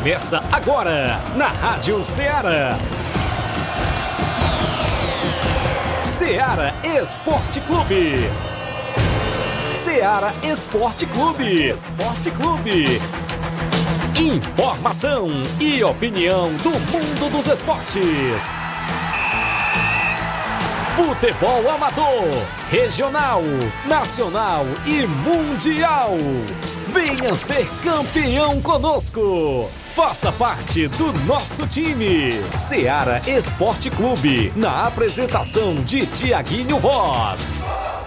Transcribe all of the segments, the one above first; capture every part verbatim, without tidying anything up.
Começa agora na Rádio Ceará. Ceará Esporte Clube. Ceará Esporte Clube. Esporte Clube. Informação e opinião do mundo dos esportes. Futebol amador, regional, nacional e mundial. Venha ser campeão conosco. Faça parte do nosso time. Ceará Esporte Clube, na apresentação de Tiaguinho Voz.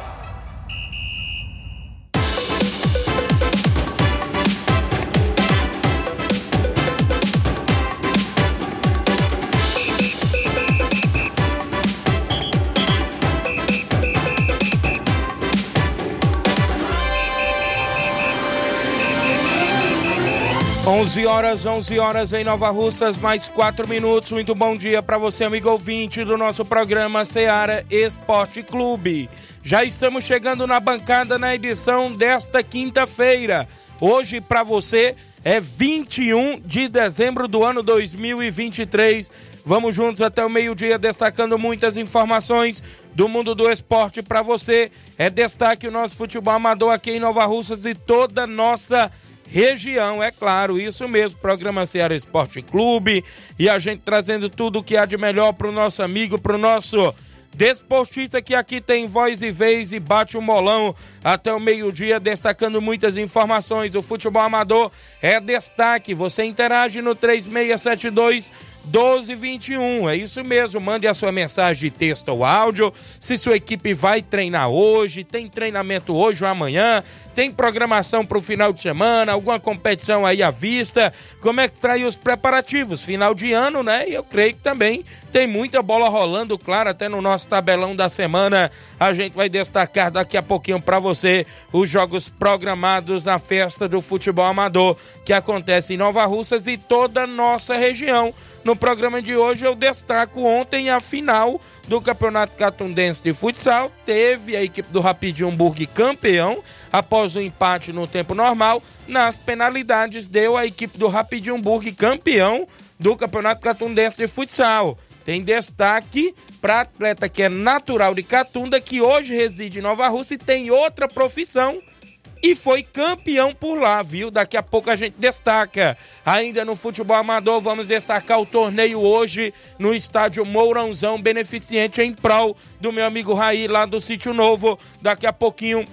onze horas, onze horas em Nova Russas, mais quatro minutos. Muito bom dia para você, amigo ouvinte do nosso programa Ceará Esporte Clube. Já estamos chegando na bancada na edição desta quinta-feira. Hoje para você é vinte e um de dezembro do ano dois mil e vinte e três. Vamos juntos até o meio-dia destacando muitas informações do mundo do esporte para você. É destaque o nosso futebol amador aqui em Nova Russas e toda a nossa região, é claro, isso mesmo, programa Ceará Esporte Clube, e a gente trazendo tudo o que há de melhor pro nosso amigo, pro nosso desportista que aqui tem voz e vez e bate o molão até o meio-dia, destacando muitas informações. O futebol amador é destaque, você interage no três seis sete dois, doze vinte e um, é isso mesmo, mande a sua mensagem de texto ou áudio, se sua equipe vai treinar hoje, tem treinamento hoje ou amanhã, tem programação para o final de semana, alguma competição aí à vista, como é que tá aí os preparativos, final de ano, né, e eu creio que também tem muita bola rolando, claro, até no nosso tabelão da semana, a gente vai destacar daqui a pouquinho para você os jogos programados na festa do futebol amador, que acontece em Nova Russas e toda a nossa região. No programa de hoje eu destaco ontem a final do Campeonato Catundense de Futsal. Teve a equipe do Rapidinho Hamburgo campeão após o empate no tempo normal. Nas penalidades deu a equipe do Rapidinho Hamburgo campeão do Campeonato Catundense de Futsal. Tem destaque para atleta que é natural de Catunda, que hoje reside em Nova Rússia e tem outra profissão e foi campeão por lá, viu? Daqui a pouco a gente destaca. Ainda no futebol amador, vamos destacar o torneio hoje no estádio Mourãozão, beneficente em prol do meu amigo Raí, lá do Sítio Novo. Daqui a pouquinho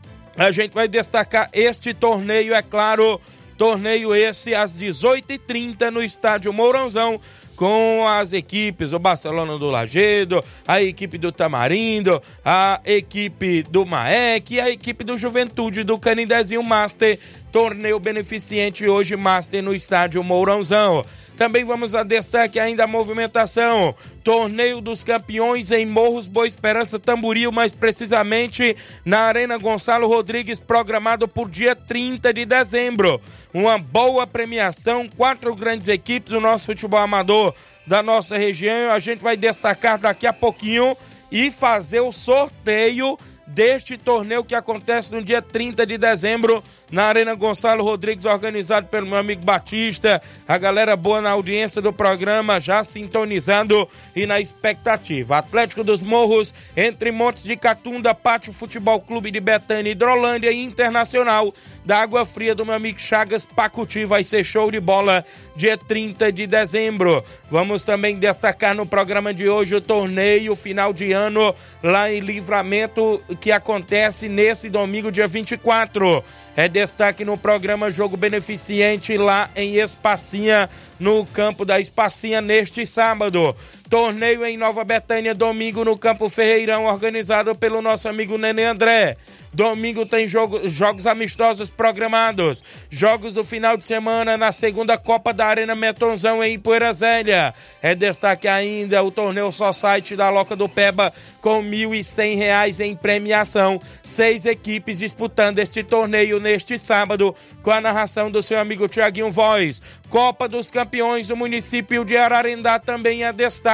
a gente vai destacar este torneio, é claro, torneio esse às dezoito e trinta no estádio Mourãozão, com as equipes, o Barcelona do Lagedo, a equipe do Tamarindo, a equipe do Maek e a equipe do Juventude do Canindezinho Master. Torneio beneficente hoje, Master, no estádio Mourãozão. Também vamos a destaque ainda a movimentação. Torneio dos Campeões em Morros Boa Esperança, Tamboril, mais precisamente na Arena Gonçalo Rodrigues, programado por dia trinta de dezembro. Uma boa premiação, quatro grandes equipes do nosso futebol amador da nossa região. A gente vai destacar daqui a pouquinho e fazer o sorteio deste torneio que acontece no dia trinta de dezembro na Arena Gonçalo Rodrigues, organizado pelo meu amigo Batista. A galera boa na audiência do programa, já sintonizando e na expectativa. Atlético dos Morros, Entre Montes de Catunda, Pátio Futebol Clube de Betânia, Hidrolândia e Internacional da Água Fria do meu amigo Chagas Pacuti. Vai ser show de bola dia trinta de dezembro. Vamos também destacar no programa de hoje o torneio final de ano lá em Livramento, que acontece nesse domingo, dia vinte e quatro. É destaque no programa Jogo Beneficente lá em Espacinha, no campo da Espacinha, neste sábado. Torneio em Nova Betânia, domingo no Campo Ferreirão, organizado pelo nosso amigo Nenê André. Domingo tem jogo, jogos amistosos programados. Jogos do final de semana na segunda Copa da Arena Metonzão em Poeira Zélia. É destaque ainda o torneio Society da Loca do Peba com mil e cem reais em premiação. Seis equipes disputando este torneio neste sábado com a narração do seu amigo Tiaguinho Voz. Copa dos Campeões do município de Ararendá também é destaque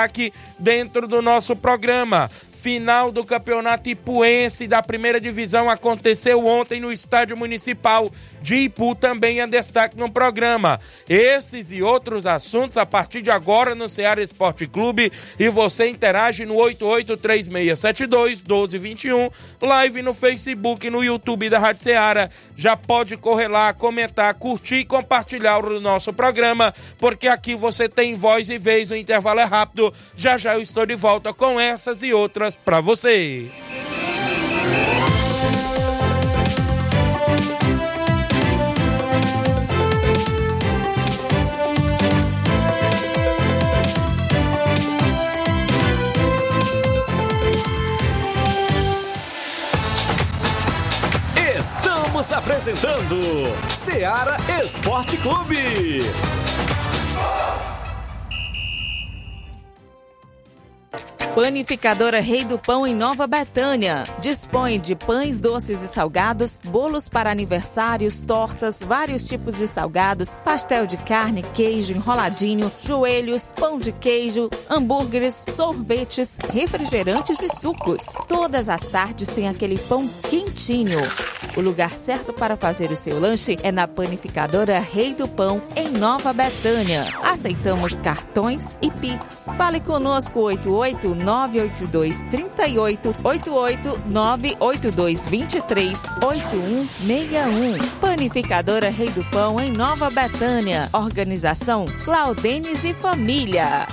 destaque dentro do nosso programa. Final do Campeonato Ipuense da primeira divisão aconteceu ontem no Estádio Municipal de Ipu, também é destaque no programa. Esses e outros assuntos a partir de agora no Ceará Esporte Clube, e você interage no oito oito três seis sete dois um dois dois um, live no Facebook e no YouTube da Rádio Ceará. Já pode correr lá, comentar, curtir e compartilhar o nosso programa, porque aqui você tem voz e vez, o intervalo é rápido. Já já eu estou de volta com essas e outras para você. Estamos apresentando Ceará Esporte Clube. Panificadora Rei do Pão em Nova Betânia. Dispõe de pães doces e salgados, bolos para aniversários, tortas, vários tipos de salgados, pastel de carne, queijo, enroladinho, joelhos, pão de queijo, hambúrgueres, sorvetes, refrigerantes e sucos. Todas as tardes tem aquele pão quentinho. O lugar certo para fazer o seu lanche é na Panificadora Rei do Pão, em Nova Betânia. Aceitamos cartões e Pix. Fale conosco oito oito nove oito dois três oito, oito oito nove oito dois dois três, oito um seis um. Panificadora Rei do Pão, em Nova Betânia. Organização Claudenes e Família.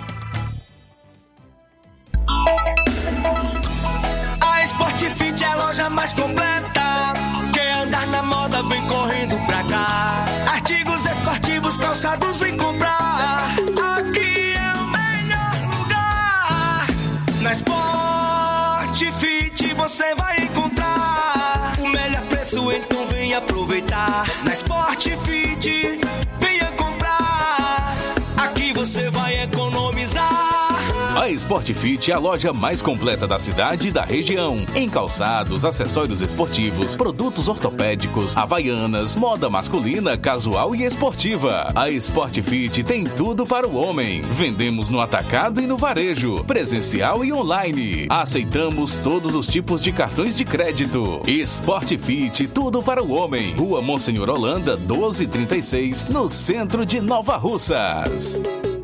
A Sport Fit é a loja mais completa. Quer andar na moda, vem correndo pra cá. Artigos esportivos, calçados, vem comprar. Aqui é o melhor lugar. Na Sport Fit você vai encontrar o melhor preço, então vem aproveitar. Na Sport Fit, venha comprar. Aqui você vai economizar. A Sport Fit é a loja mais completa da cidade e da região. Em calçados, acessórios esportivos, produtos ortopédicos, havaianas, moda masculina, casual e esportiva. A Sport Fit tem tudo para o homem. Vendemos no atacado e no varejo, presencial e online. Aceitamos todos os tipos de cartões de crédito. Sport Fit, tudo para o homem. Rua Monsenhor Holanda, doze trinta e seis, no centro de Nova Russas.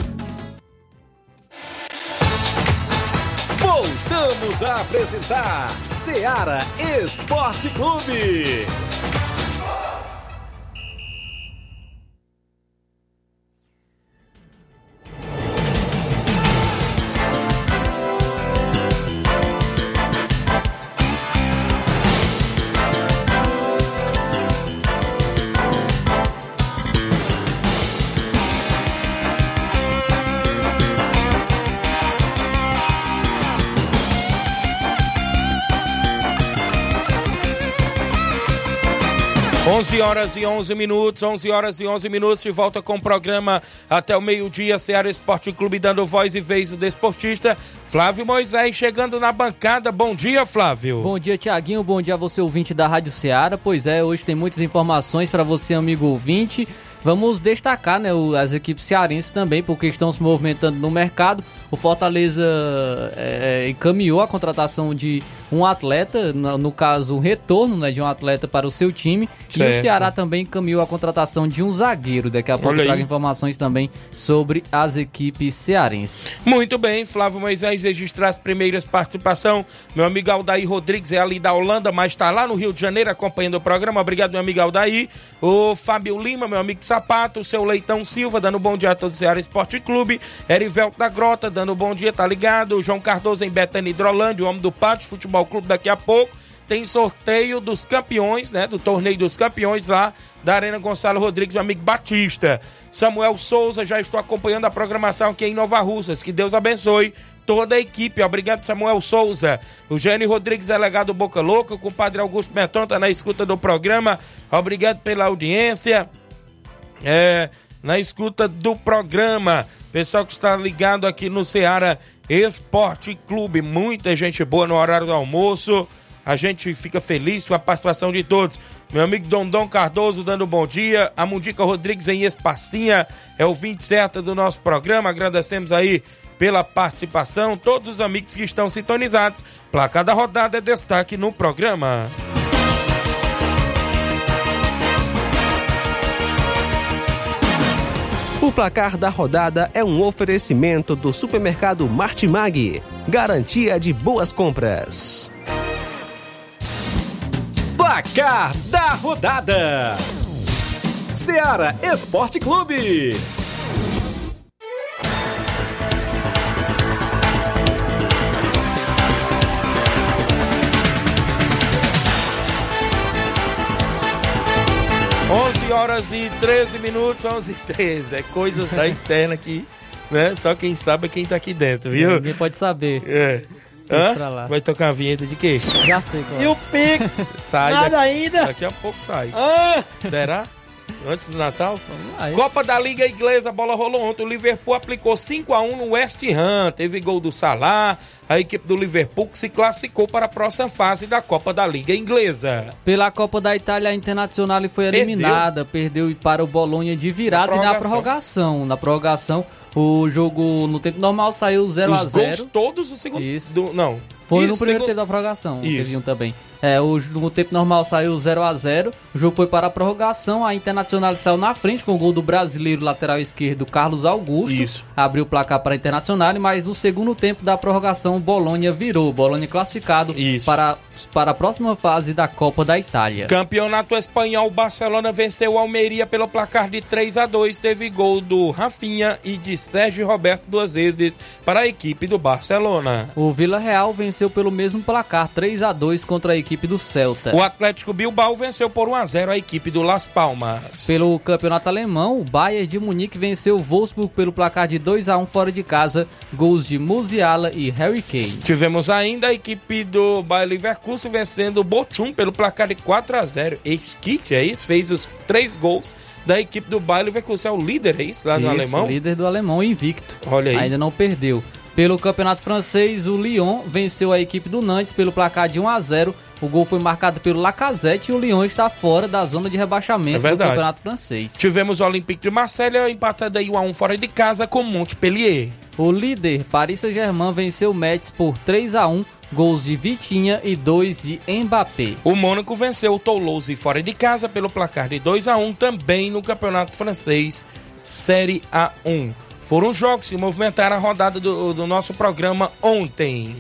Voltamos a apresentar Ceará Esporte Clube. onze horas e onze minutos, onze horas e onze minutos, de volta com o programa até o meio-dia, Ceará Esporte Clube, dando voz e vez do desportista Flávio Moisés, chegando na bancada. Bom dia, Flávio. Bom dia, Tiaguinho, bom dia a você, ouvinte da Rádio Ceará. Pois é, hoje tem muitas informações para você, amigo ouvinte. Vamos destacar, né, as equipes cearenses também, porque estão se movimentando no mercado. O Fortaleza é, encaminhou a contratação de um atleta, no, no caso, o retorno, né, de um atleta para o seu time. Certo. E o Ceará também encaminhou a contratação de um zagueiro. Daqui a pouco eu trago informações também sobre as equipes cearenses. Muito bem, Flávio Moisés, registrar as primeiras participações. Meu amigo Aldair Rodrigues é ali da Holanda, mas está lá no Rio de Janeiro acompanhando o programa. Obrigado, meu amigo Aldair. O Fábio Lima, meu amigo Sapato, o seu Leitão Silva, dando bom dia a todos do Ceará Esporte Clube. Erivelto da Grota, dando bom dia, tá ligado? O João Cardoso em Betânia Hidrolândia, o homem do Pátio Futebol Clube, daqui a pouco. Tem sorteio dos campeões, né? Do torneio dos campeões lá da Arena Gonçalo Rodrigues, meu amigo Batista. Samuel Souza, já estou acompanhando a programação aqui em Nova Russas. Que Deus abençoe toda a equipe. Obrigado, Samuel Souza. O Gênio Rodrigues, delegado Boca Louca. O compadre Augusto Meton tá na escuta do programa. Obrigado pela audiência. É, na escuta do programa. Pessoal que está ligado aqui no Ceará Esporte Clube. Muita gente boa no horário do almoço. A gente fica feliz com a participação de todos. Meu amigo Dondon Cardoso dando bom dia. A Mundica Rodrigues em Espacinha é o vinte certa do nosso programa. Agradecemos aí pela participação, todos os amigos que estão sintonizados. Placar da rodada é destaque no programa. O placar da rodada é um oferecimento do supermercado Martimag, garantia de boas compras. Placar da rodada: Ceará Esporte Clube. onze horas e treze minutos, onze e treze, é coisa da interna aqui, né? Só quem sabe é quem tá aqui dentro, viu? Ninguém pode saber. É. Hã? Vai tocar uma vinheta de quê? Já sei qual é. E o Pix? Sai Nada daqui, ainda? Daqui a pouco sai. Ah! Será? Antes do Natal? Aí. Copa da Liga Inglesa, a bola rolou ontem. O Liverpool aplicou cinco a um no West Ham. Teve gol do Salah. A equipe do Liverpool que se classificou para a próxima fase da Copa da Liga Inglesa. Pela Copa da Itália, a Internazionale foi eliminada. Perdeu, perdeu para o Bolonha de virada na e na prorrogação. Na prorrogação, o jogo no tempo normal saiu zero a zero. Os gols todos no segundo... Isso. Do, não. Foi Isso, no primeiro segundo... tempo da prorrogação. Isso. Teve um também. É, o, no tempo normal saiu zero a zero. O jogo foi para a prorrogação. A Internazionale saiu na frente com o gol do brasileiro lateral esquerdo Carlos Augusto. Isso. Abriu o placar para a Internazionale, mas no segundo tempo da prorrogação o Bolonha virou. O Bolonha classificado para, para a próxima fase da Copa da Itália. Campeonato espanhol, o Barcelona venceu o Almeria pelo placar de três a dois. Teve gol do Rafinha e de Sérgio Roberto duas vezes para a equipe do Barcelona. O Villarreal venceu pelo mesmo placar, três a dois contra a equipe do Celta. O Atlético Bilbao venceu por um a zero a equipe do Las Palmas. Pelo campeonato alemão, o Bayern de Munique venceu o Wolfsburg pelo placar de dois a um fora de casa, gols de Musiala e Harry Kane. Tivemos ainda a equipe do Bayer Leverkusen vencendo o Bochum pelo placar de quatro a zero. Ex-Kit, é isso? Fez os três gols da equipe do Bayer Leverkusen. É o líder, é isso? Lá no isso, alemão? líder do alemão, invicto. Olha aí. Ainda não perdeu. Pelo campeonato francês, o Lyon venceu a equipe do Nantes pelo placar de um a zero. O gol foi marcado pelo Lacazette e o Lyon está fora da zona de rebaixamento é do campeonato francês. Tivemos o Olympique de Marselha empatando aí um a um fora de casa com Montpellier. O líder, Paris Saint-Germain, venceu o Metz por três a um, gols de Vitinha e dois de Mbappé. O Mônaco venceu o Toulouse fora de casa pelo placar de dois a um também no campeonato francês Série A um. Foram jogos que movimentaram a rodada do, do nosso programa ontem.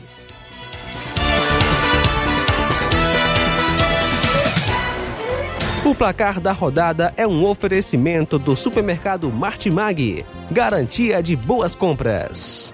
O placar da rodada é um oferecimento do supermercado Martimag, garantia de boas compras.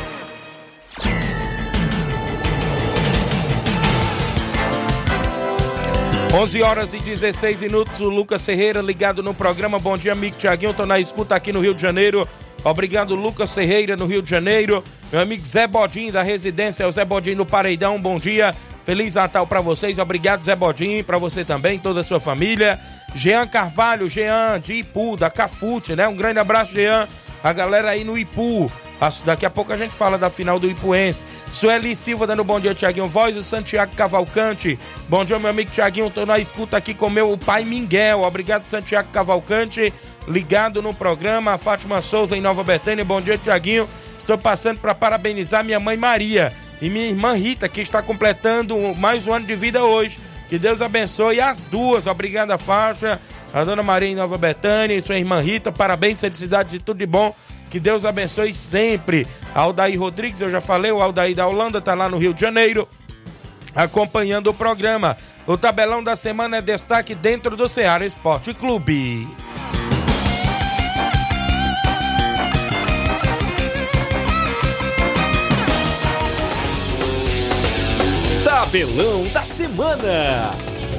onze horas e dezesseis minutos, o Lucas Ferreira ligado no programa. Bom dia, amigo Tiaguinho, tô na escuta aqui no Rio de Janeiro. Obrigado, Lucas Ferreira, no Rio de Janeiro. Meu amigo Zé Bodinho, da residência, o Zé Bodinho do Pareidão, bom dia. Feliz Natal pra vocês, obrigado, Zé Bodinho, pra você também, toda a sua família. Jean Carvalho, Jean de Ipu, da Cafute, né? Um grande abraço, Jean, a galera aí no Ipu. Daqui a pouco a gente fala da final do Ipuense. Sueli Silva dando bom dia, Tiaguinho Voz. O Santiago Cavalcante. Bom dia, meu amigo Tiaguinho. Tô na escuta aqui com meu pai Miguel. Obrigado, Santiago Cavalcante. Ligado no programa. A Fátima Souza em Nova Betânia. Bom dia, Tiaguinho. Estou passando para parabenizar minha mãe Maria e minha irmã Rita, que está completando mais um ano de vida hoje. Que Deus abençoe as duas. Obrigado, a Faixa. A dona Maria em Nova Betânia e sua irmã Rita. Parabéns, felicidades e tudo de bom. Que Deus abençoe sempre. Aldair Rodrigues, eu já falei, o Aldair da Holanda tá lá no Rio de Janeiro, acompanhando o programa. O tabelão da semana é destaque dentro do Ceará Esporte Clube. Tabelão da semana.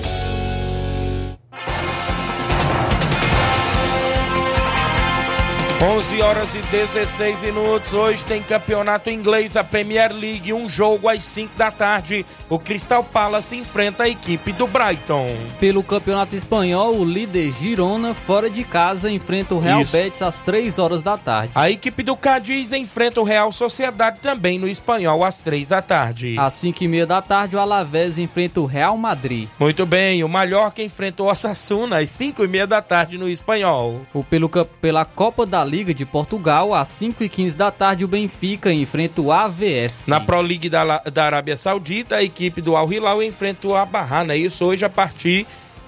onze horas e dezesseis minutos, hoje tem campeonato inglês, a Premier League, um jogo às cinco da tarde, o Crystal Palace enfrenta a equipe do Brighton. Pelo campeonato espanhol, o líder Girona, fora de casa, enfrenta o Real Isso. Betis às três horas da tarde. A equipe do Cádiz enfrenta o Real Sociedade também no espanhol às três da tarde. Às cinco e meia da tarde, o Alavés enfrenta o Real Madrid. Muito bem, o Mallorca enfrenta o Osasuna às cinco e meia da tarde no espanhol. O, pelo, pela Copa da Liga de Portugal, às cinco e quinze da tarde, o Benfica enfrenta o A V S. Na Pro League da, da Arábia Saudita, a equipe do Al Hilal enfrenta o Al-Bahá, né? Isso hoje a partir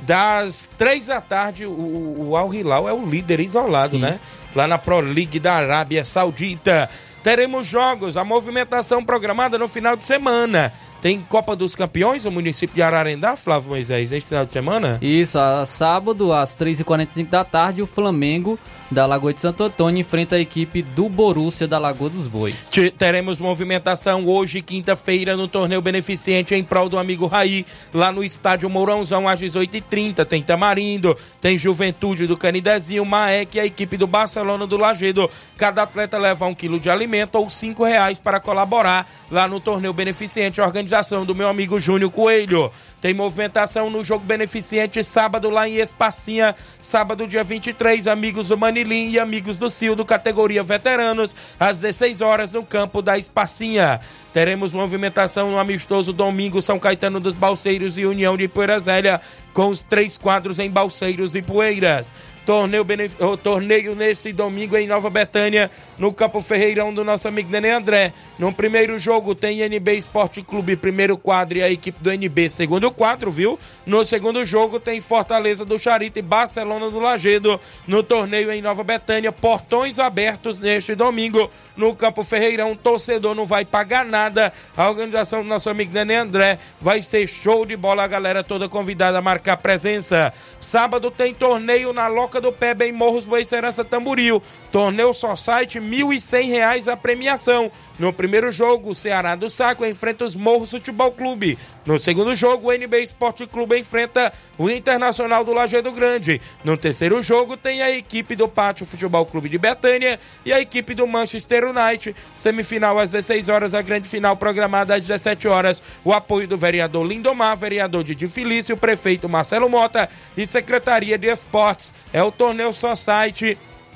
das três da tarde, o, o Al Hilal é o líder isolado, Sim. né? Lá na Pro League da Arábia Saudita. Teremos jogos, a movimentação programada no final de semana. Tem Copa dos Campeões, o município de Ararendá, Flávio Moisés, esse final de semana? Isso, a sábado, às três e quarenta e cinco da tarde, o Flamengo da Lagoa de Santo Antônio enfrenta a equipe do Borussia da Lagoa dos Bois. Teremos movimentação hoje, quinta-feira, no torneio beneficente em prol do amigo Raí, lá no estádio Mourãozão, às dezoito e trinta. Tem Tamarindo, tem Juventude do Canidezinho, Maek e a equipe do Barcelona do Lagedo. Cada atleta leva um quilo de alimento ou cinco reais para colaborar lá no torneio beneficente, organização do meu amigo Júnior Coelho. Tem movimentação no jogo beneficente sábado lá em Espacinha, sábado dia vinte e três, amigos do Manilim e amigos do Cildo, categoria veteranos, às dezesseis horas no campo da Espacinha. Teremos movimentação no amistoso domingo, São Caetano dos Balseiros e União de Poeira Zélia, com os três quadros em Balseiros e Poeiras. Torneio, benef... oh, torneio nesse domingo em Nova Betânia, no Campo Ferreirão do nosso amigo Nenê André. No primeiro jogo tem N B Esporte Clube, primeiro quadro, e a equipe do N B, segundo quadro, viu? No segundo jogo tem Fortaleza do Charito e Barcelona do Lagedo. No torneio em Nova Betânia, portões abertos neste domingo no Campo Ferreirão. Torcedor não vai pagar nada. A organização do nosso amigo Nenê André vai ser show de bola, a galera toda convidada a marcar presença. Sábado tem torneio na Loca do Peba em Morros Boicerança Tamboril. Torneio Society, mil e cem reais a premiação. No primeiro jogo, o Ceará do Saco enfrenta os Morros Futebol Clube. No segundo jogo, o N B Esporte Clube enfrenta o Internacional do Lajeado Grande. No terceiro jogo, tem a equipe do Pátio Futebol Clube de Betânia e a equipe do Manchester United. Semifinal às dezesseis horas, a grande final programada às dezessete horas. O apoio do vereador Lindomar, vereador Didi Felício, prefeito Marcelo Mota e Secretaria de Esportes. É o Torneio Society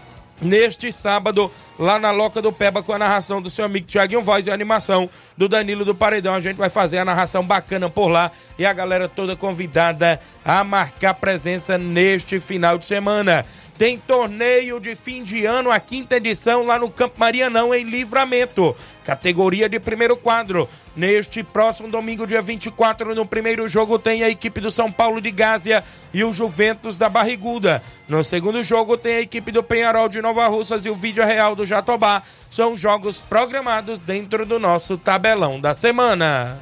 neste sábado, lá na Loca do Peba, com a narração do seu amigo Thiaguinho Voz e a animação do Danilo do Paredão. A gente vai fazer a narração bacana por lá e a galera toda convidada a marcar presença neste final de semana. Tem torneio de fim de ano, a quinta edição, lá no Campo Marianão, em Livramento, categoria de primeiro quadro. Neste próximo domingo, dia vinte e quatro, no primeiro jogo, tem a equipe do São Paulo de Gásia e o Juventus da Barriguda. No segundo jogo, tem a equipe do Penharol de Nova Russas e o Vídeo Real do Jatobá. São jogos programados dentro do nosso tabelão da semana.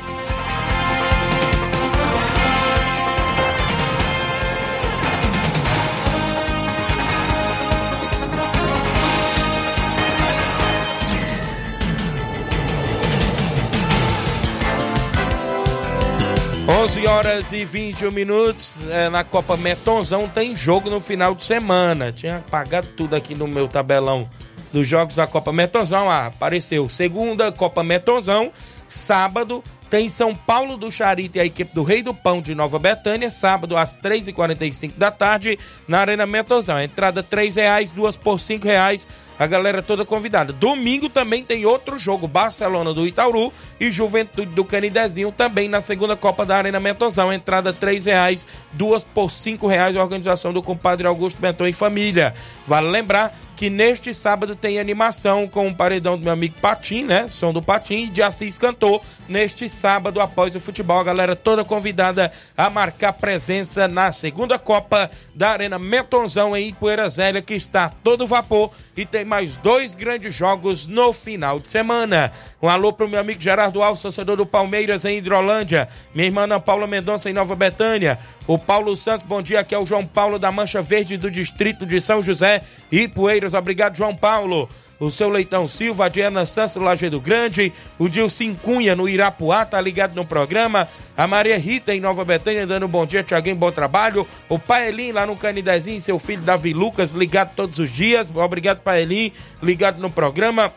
onze horas e vinte e um minutos, é, na Copa Metonzão tem jogo no final de semana. Tinha apagado tudo aqui no meu tabelão dos jogos da Copa Metonzão. Ah, apareceu segunda Copa Metonzão, sábado tem São Paulo do Charito e a equipe do Rei do Pão de Nova Betânia, sábado às três e quarenta e cinco da tarde, na Arena Metonzão. Entrada três reais, duas por cinco reais, a galera toda convidada. Domingo também tem outro jogo, Barcelona do Itaúru e Juventude do Canidezinho, também na segunda Copa da Arena Metonzão. Entrada três reais, duas por cinco reais, a organização do compadre Augusto Benton e família. Vale lembrar que neste sábado tem animação com o paredão do meu amigo Patim, né? Som do Patim e de Assis Cantor. Neste sábado, após o futebol, a galera toda convidada a marcar presença na segunda Copa da Arena Metonzão em Ipueira Zélia, que está a todo vapor e tem mais dois grandes jogos no final de semana. Um alô pro meu amigo Gerardo Alves, torcedor do Palmeiras em Hidrolândia. Minha irmã Ana Paula Mendonça em Nova Betânia. O Paulo Santos, bom dia, aqui é o João Paulo da Mancha Verde do distrito de São José e Ipueiras. Obrigado, João Paulo. O seu Leitão Silva, a Diana Santos, do Lajeado Grande, o Dilcim Cunha, no Irapuá, tá ligado no programa, a Maria Rita, em Nova Betânia, dando um bom dia, Tiaguinho, bom trabalho, o Paelim, lá no Canidezinho, seu filho Davi Lucas, ligado todos os dias, obrigado, Paelim, ligado no programa,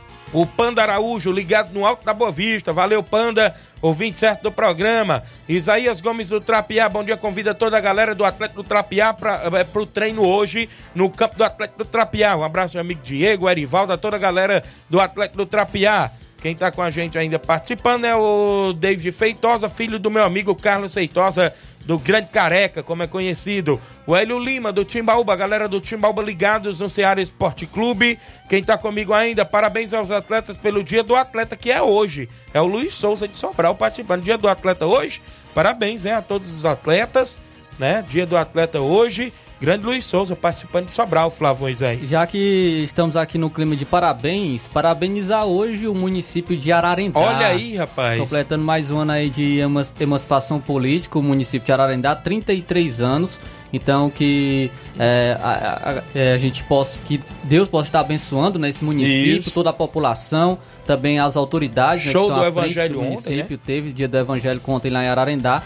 o Panda Araújo, ligado no Alto da Boa Vista, valeu, Panda, ouvinte certo do programa. Isaías Gomes do Trapiá, bom dia, convida toda a galera do Atlético do Trapiá para é, pro treino hoje no campo do Atlético do Trapiá. Um abraço, meu amigo Diego, Erivaldo, a toda a galera do Atlético do Trapiá. Quem tá com a gente ainda participando é o David Feitosa, filho do meu amigo Carlos Feitosa, do Grande Careca, como é conhecido. O Hélio Lima, do Timbaúba, a galera do Timbaúba ligados no Ceará Esporte Clube. Quem tá comigo ainda, parabéns aos atletas pelo Dia do Atleta, que é hoje. É o Luiz Souza de Sobral participando. Dia do Atleta hoje, parabéns, hein, a todos os atletas, né? Dia do Atleta hoje. Grande Luiz Souza participando de Sobral, Flávio Moisés. Já que estamos aqui no clima de parabéns, parabenizar hoje o município de Ararendá. Olha aí, rapaz. Completando mais um ano aí de emancipação política, o município de Ararendá, trinta e três anos. Então que é, a, a, a gente possa, que Deus possa estar abençoando nesse município, Isso. toda a população, também as autoridades. Show né, do Evangelho do ontem, município, né? Teve dia do Evangelho ontem lá em Ararendá.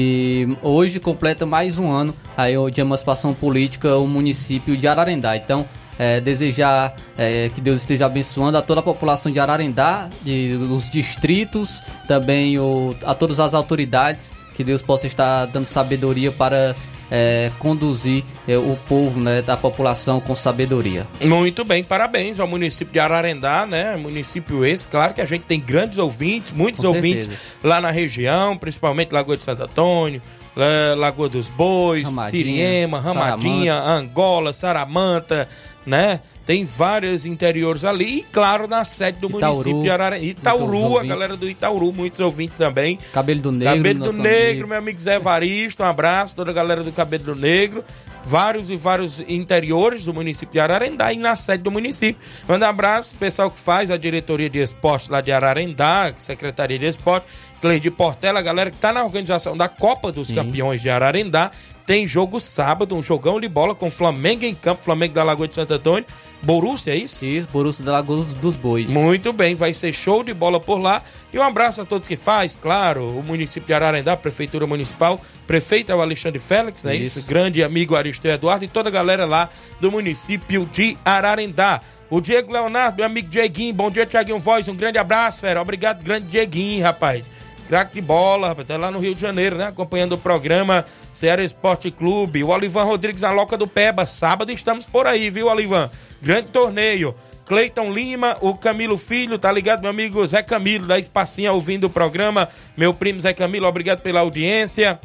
E hoje completa mais um ano aí de emancipação política o município de Ararendá. Então, é, desejar é, que Deus esteja abençoando a toda a população de Ararendá, de, os distritos, também o, a todas as autoridades, que Deus possa estar dando sabedoria para é, conduzir é, o povo, né, da população com sabedoria. Muito bem, parabéns ao município de Ararendá, né? Município esse, claro que a gente tem grandes ouvintes, muitos com ouvintes certeza. Lá na região, principalmente Lagoa de Santo Antônio, Lagoa dos Bois, Ramadinha, Siriema, Ramadinha, Saramanta. Angola, Saramanta, né? Tem vários interiores ali e, claro, na sede do Itauru, município de Ararendá. Itauru, a galera do Itauru, muitos ouvintes também. Cabelo do Negro. Cabelo do Negro, amigo. Meu amigo Zé Evaristo, um abraço, toda a galera do Cabelo do Negro. Vários e vários interiores do município de Ararendá e na sede do município. Manda um abraço, pessoal que faz a diretoria de esportes lá de Ararendá, Secretaria de Esportes, Cleide Portela, a galera que tá na organização da Copa dos Sim. Campeões de Ararendá. Tem jogo sábado, um jogão de bola com Flamengo em campo, Flamengo da Lagoa de Santo Antônio. Borussia, é isso? Isso, Borussia da Lagoa dos Bois. Muito bem, vai ser show de bola por lá. E um abraço a todos que faz, claro, o município de Ararendá, Prefeitura Municipal, prefeito é o Alexandre Félix, né? Isso. Isso, grande amigo Aristeu Eduardo e toda a galera lá do município de Ararendá. O Diego Leonardo, meu amigo Dieguinho, bom dia, Thiaguinho Voz, um grande abraço, fera. Obrigado, grande Dieguinho, rapaz. Craque de bola, rapaz, tá lá no Rio de Janeiro, né? Acompanhando o programa Ceará Esporte Clube. O Olivan Rodrigues, a Loca do Peba. Sábado estamos por aí, viu, Olivan? Grande torneio. Cleiton Lima, o Camilo Filho, tá ligado, meu amigo Zé Camilo, da Espacinha, ouvindo o programa. Meu primo Zé Camilo, obrigado pela audiência.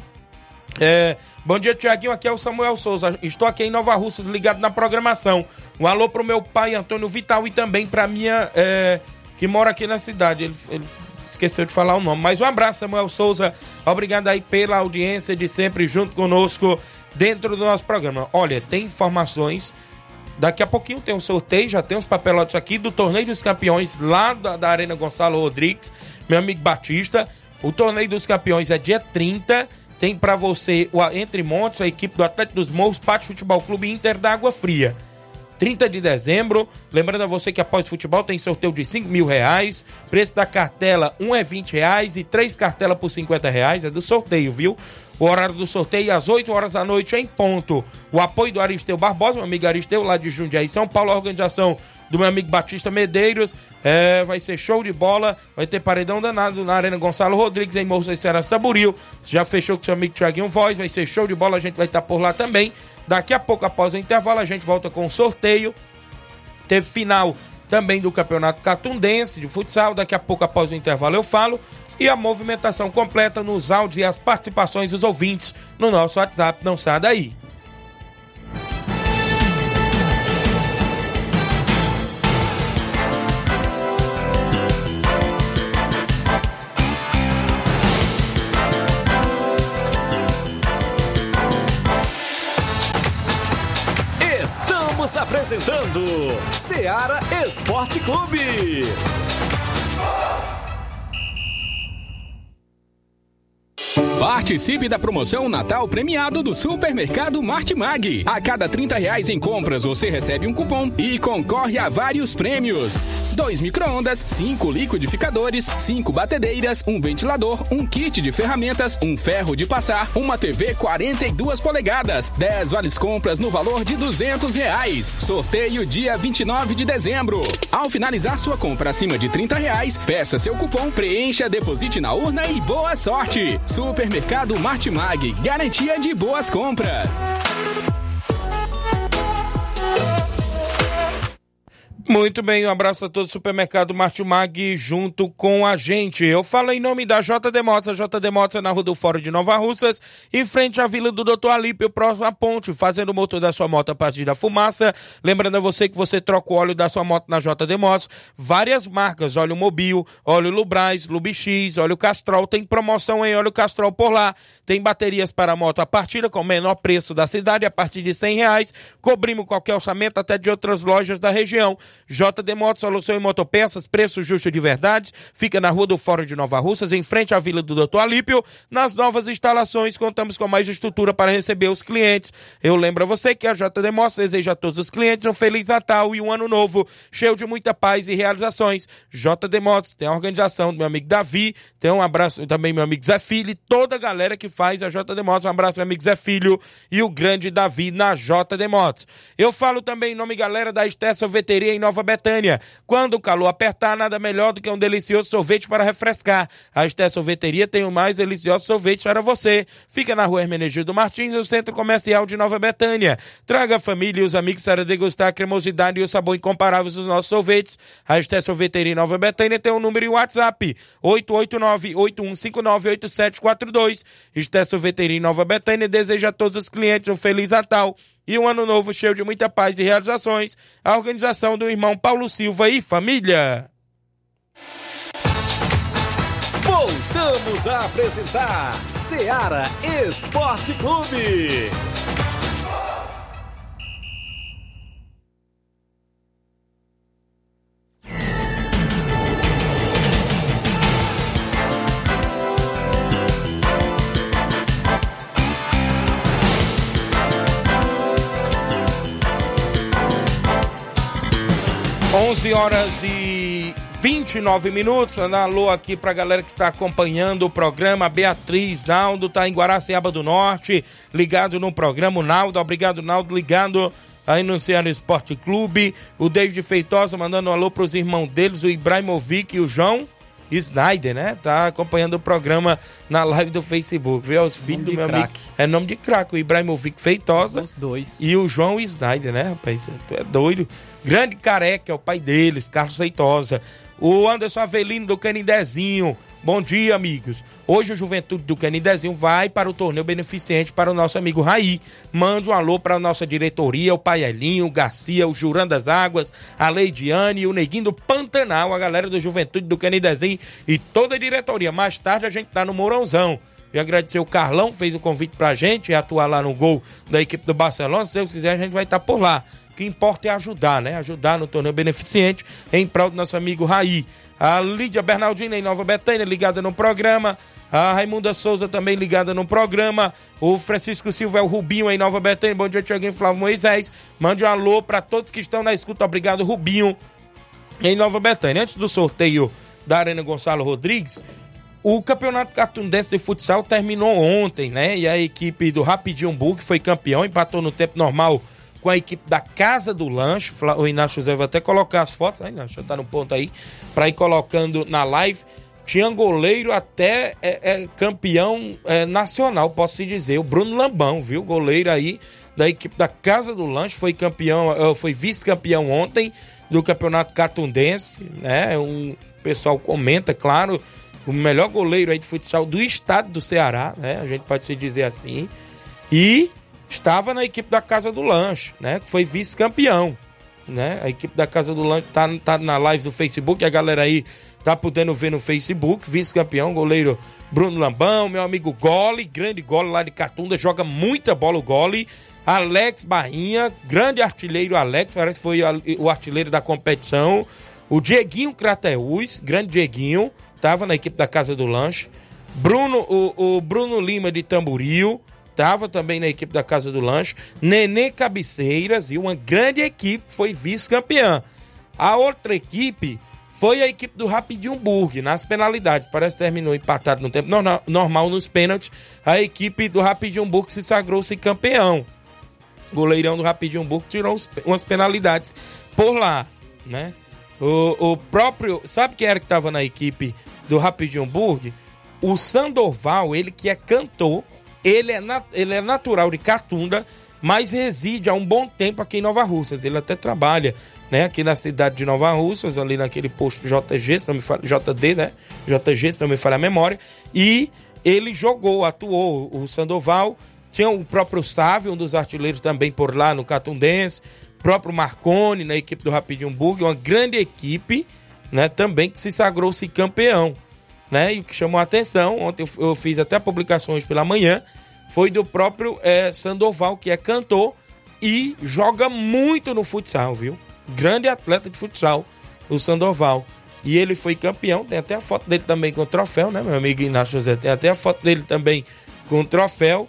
É, bom dia, Tiaguinho, aqui é o Samuel Souza. Estou aqui em Nova Russa, ligado na programação. Um alô pro meu pai, Antônio Vital, e também pra minha, é, que mora aqui na cidade. Ele... ele... esqueceu de falar o nome, mas um abraço, Samuel Souza, obrigado aí pela audiência de sempre junto conosco dentro do nosso programa. Olha, tem informações, daqui a pouquinho tem um sorteio, já tem uns papelotes aqui do Torneio dos Campeões lá da, da Arena Gonçalo Rodrigues, meu amigo Batista. O Torneio dos Campeões é dia trinta, tem pra você o Entre Montes, a equipe do Atlético dos Morros, Pátio Futebol Clube Inter da Água Fria. trinta de dezembro, lembrando a você que após o futebol tem sorteio de cinco mil reais, preço da cartela um é vinte reais e três cartelas por cinquenta reais, é do sorteio, viu? O horário do sorteio às oito horas da noite em ponto. O apoio do Aristeu Barbosa, meu amigo Aristeu, lá de Jundiaí, São Paulo, a organização do meu amigo Batista Medeiros, é, vai ser show de bola, vai ter paredão danado na Arena Gonçalo Rodrigues, em Morros e Ceará Tamboril, já fechou com seu amigo Thiaguinho Voz, vai ser show de bola, a gente vai estar por lá também. Daqui a pouco, após o intervalo, a gente volta com o sorteio. Teve final também do Campeonato Catundense de futsal. Daqui a pouco, após o intervalo, eu falo. E a movimentação completa nos áudios e as participações dos ouvintes no nosso WhatsApp. Não sai daí. Estamos apresentando Ceará Esporte Clube. Participe da promoção Natal premiado do Supermercado Martimag. A cada trinta reais em compras você recebe um cupom e concorre a vários prêmios. Dois micro-ondas, cinco liquidificadores, cinco batedeiras, um ventilador, um kit de ferramentas, um ferro de passar, uma T V quarenta e duas polegadas, dez vales compras no valor de duzentos reais. Sorteio dia vinte e nove de dezembro. Ao finalizar sua compra acima de trinta reais, peça seu cupom, preencha, deposite na urna e boa sorte. Supermercado Martimag, garantia de boas compras. Muito bem, um abraço a todo o supermercado Martimag junto com a gente. Eu falo em nome da J D Motos. A J D Motos é na Rua do Fórum de Nova Russas, em frente à Vila do doutor Alípio, próximo à ponte, fazendo o motor da sua moto a partir da fumaça. Lembrando a você que você troca o óleo da sua moto na J D Motos. Várias marcas, óleo Mobil, óleo Lubrais, Lubix, óleo Castrol. Tem promoção em óleo Castrol por lá. Tem baterias para moto a partida com o menor preço da cidade, a partir de cem reais. Cobrimos qualquer orçamento até de outras lojas da região. J D Motos, solução em motopeças, preço justo de verdade, fica na Rua do Fórum de Nova Russas, em frente à Vila do doutor Alípio. Nas novas instalações, contamos com mais estrutura para receber os clientes. Eu lembro a você que a J D Motos deseja a todos os clientes um Feliz Natal e um Ano Novo, cheio de muita paz e realizações. J D Motos tem a organização do meu amigo Davi, tem um abraço também meu amigo Zé Filho e toda a galera que faz a J D Motos. Um abraço meu amigo Zé Filho e o grande Davi na J D Motos. Eu falo também em nome, galera, da Esté Sorveteria em Nova Betânia. Quando o calor apertar, nada melhor do que um delicioso sorvete para refrescar. A Esté Sorveteria tem o mais delicioso sorvete para você. Fica na Rua Hermenegildo Martins, no Centro Comercial de Nova Betânia. Traga a família e os amigos para degustar a cremosidade e o sabor incomparáveis dos nossos sorvetes. A Esté Sorveteria em Nova Betânia tem um número e WhatsApp: oito oito nove, oito um cinco nove, oito sete quatro dois. Esté Sorveteria em Nova Betânia deseja a todos os clientes um Feliz Natal e um Ano Novo cheio de muita paz e realizações. A organização do irmão Paulo Silva e família. Voltamos a apresentar Seara Esporte Clube. onze horas e vinte e nove minutos. Alô aqui pra galera que está acompanhando o programa. Beatriz, Naldo tá em Guaraciaba do Norte, ligado no programa. Naldo, obrigado Naldo, ligado aí no Ceará Esporte Clube. O David Feitosa mandando um alô pros irmãos deles, o Ibrahimovic e o João Snyder, né? Tá acompanhando o programa na live do Facebook, viu? Os filhos do meu amigo. É nome de craque, o Ibrahimovic Feitosa. Os dois. E o João Snyder, né, rapaz? Tu é doido. Grande Careca é o pai deles, Carlos Feitosa. O Anderson Avelino do Canidezinho. Bom dia, amigos. Hoje o Juventude do Canidezinho vai para o torneio beneficente para o nosso amigo Raí. Mande um alô para a nossa diretoria, o Paielinho, o Garcia, o Jurão das Águas, a Leidiane e o Neguinho do Pantanal, a galera do Juventude do Canidezinho e toda a diretoria. Mais tarde a gente tá no Mourãozão. E agradecer o Carlão, fez o convite pra gente e atuar lá no gol da equipe do Barcelona. Se Deus quiser, a gente vai estar por lá. O que importa é ajudar, né? Ajudar no torneio beneficente em prol do nosso amigo Raí. A Lídia Bernardina em Nova Betânia, ligada no programa. A Raimunda Souza também ligada no programa. O Francisco Silva é o Rubinho em Nova Betânia. Bom dia, Tiaguinho Flávio Moisés. Mande um alô para todos que estão na escuta. Obrigado, Rubinho, em Nova Betânia. Antes do sorteio da Arena Gonçalo Rodrigues, o Campeonato Catundense de Futsal terminou ontem, né? E a equipe do Rapidinho Burg foi campeão, empatou no tempo normal com a equipe da Casa do Lanche. O Inácio José vai até colocar as fotos, aí, Inácio, já tá no ponto aí, para ir colocando na live. Tinha goleiro até é, é, campeão é, nacional, posso se dizer, o Bruno Lambão, viu? Goleiro aí da equipe da Casa do Lanche, foi campeão, foi vice-campeão ontem do Campeonato Catundense, né? Um pessoal comenta, claro, o melhor goleiro aí de futsal do estado do Ceará, né? A gente pode se dizer assim. E estava na equipe da Casa do Lanche, né? Que foi vice-campeão, né? A equipe da Casa do Lanche tá, tá na live do Facebook, a galera aí tá podendo ver no Facebook, vice-campeão, goleiro Bruno Lambão, meu amigo Gole, grande Gole lá de Catunda, joga muita bola o Gole. Alex Barrinha, grande artilheiro Alex, parece que foi o artilheiro da competição. O Dieguinho Crateús, grande Dieguinho, tava na equipe da Casa do Lanche. Bruno, o, o Bruno Lima de Tamboril tava também na equipe da Casa do Lanche. Nenê Cabeceiras, e uma grande equipe, foi vice-campeã. A outra equipe foi a equipe do Rapidinho Burg, nas penalidades. Parece que terminou empatado no tempo normal, normal nos pênaltis. A equipe do Rapidinho Burg se sagrou-se campeão. O goleirão do Rapidinho Burg tirou umas penalidades por lá, né? O, o próprio... Sabe quem era que estava na equipe do Rapidinho Burg? O Sandoval, ele que é cantor, ele é, nat, ele é natural de Catunda, mas reside há um bom tempo aqui em Nova Russas. Ele até trabalha, né? Aqui na cidade de Nova Russas, ali naquele posto J G, se não me falha, J D, né? J G, se não me falha a memória. E ele jogou, atuou, o Sandoval. Tinha o próprio Sávio, um dos artilheiros também por lá no Catundense. O próprio Marconi, na equipe do Rapidinho Burger. Uma grande equipe, né? Também que se sagrou-se campeão, né? E o que chamou a atenção, ontem eu, eu fiz até publicações pela manhã, foi do próprio é, Sandoval, que é cantor e joga muito no futsal, viu? Grande atleta de futsal, o Sandoval. E ele foi campeão, tem até a foto dele também com o troféu, né, meu amigo Inácio José? Tem até a foto dele também com o troféu,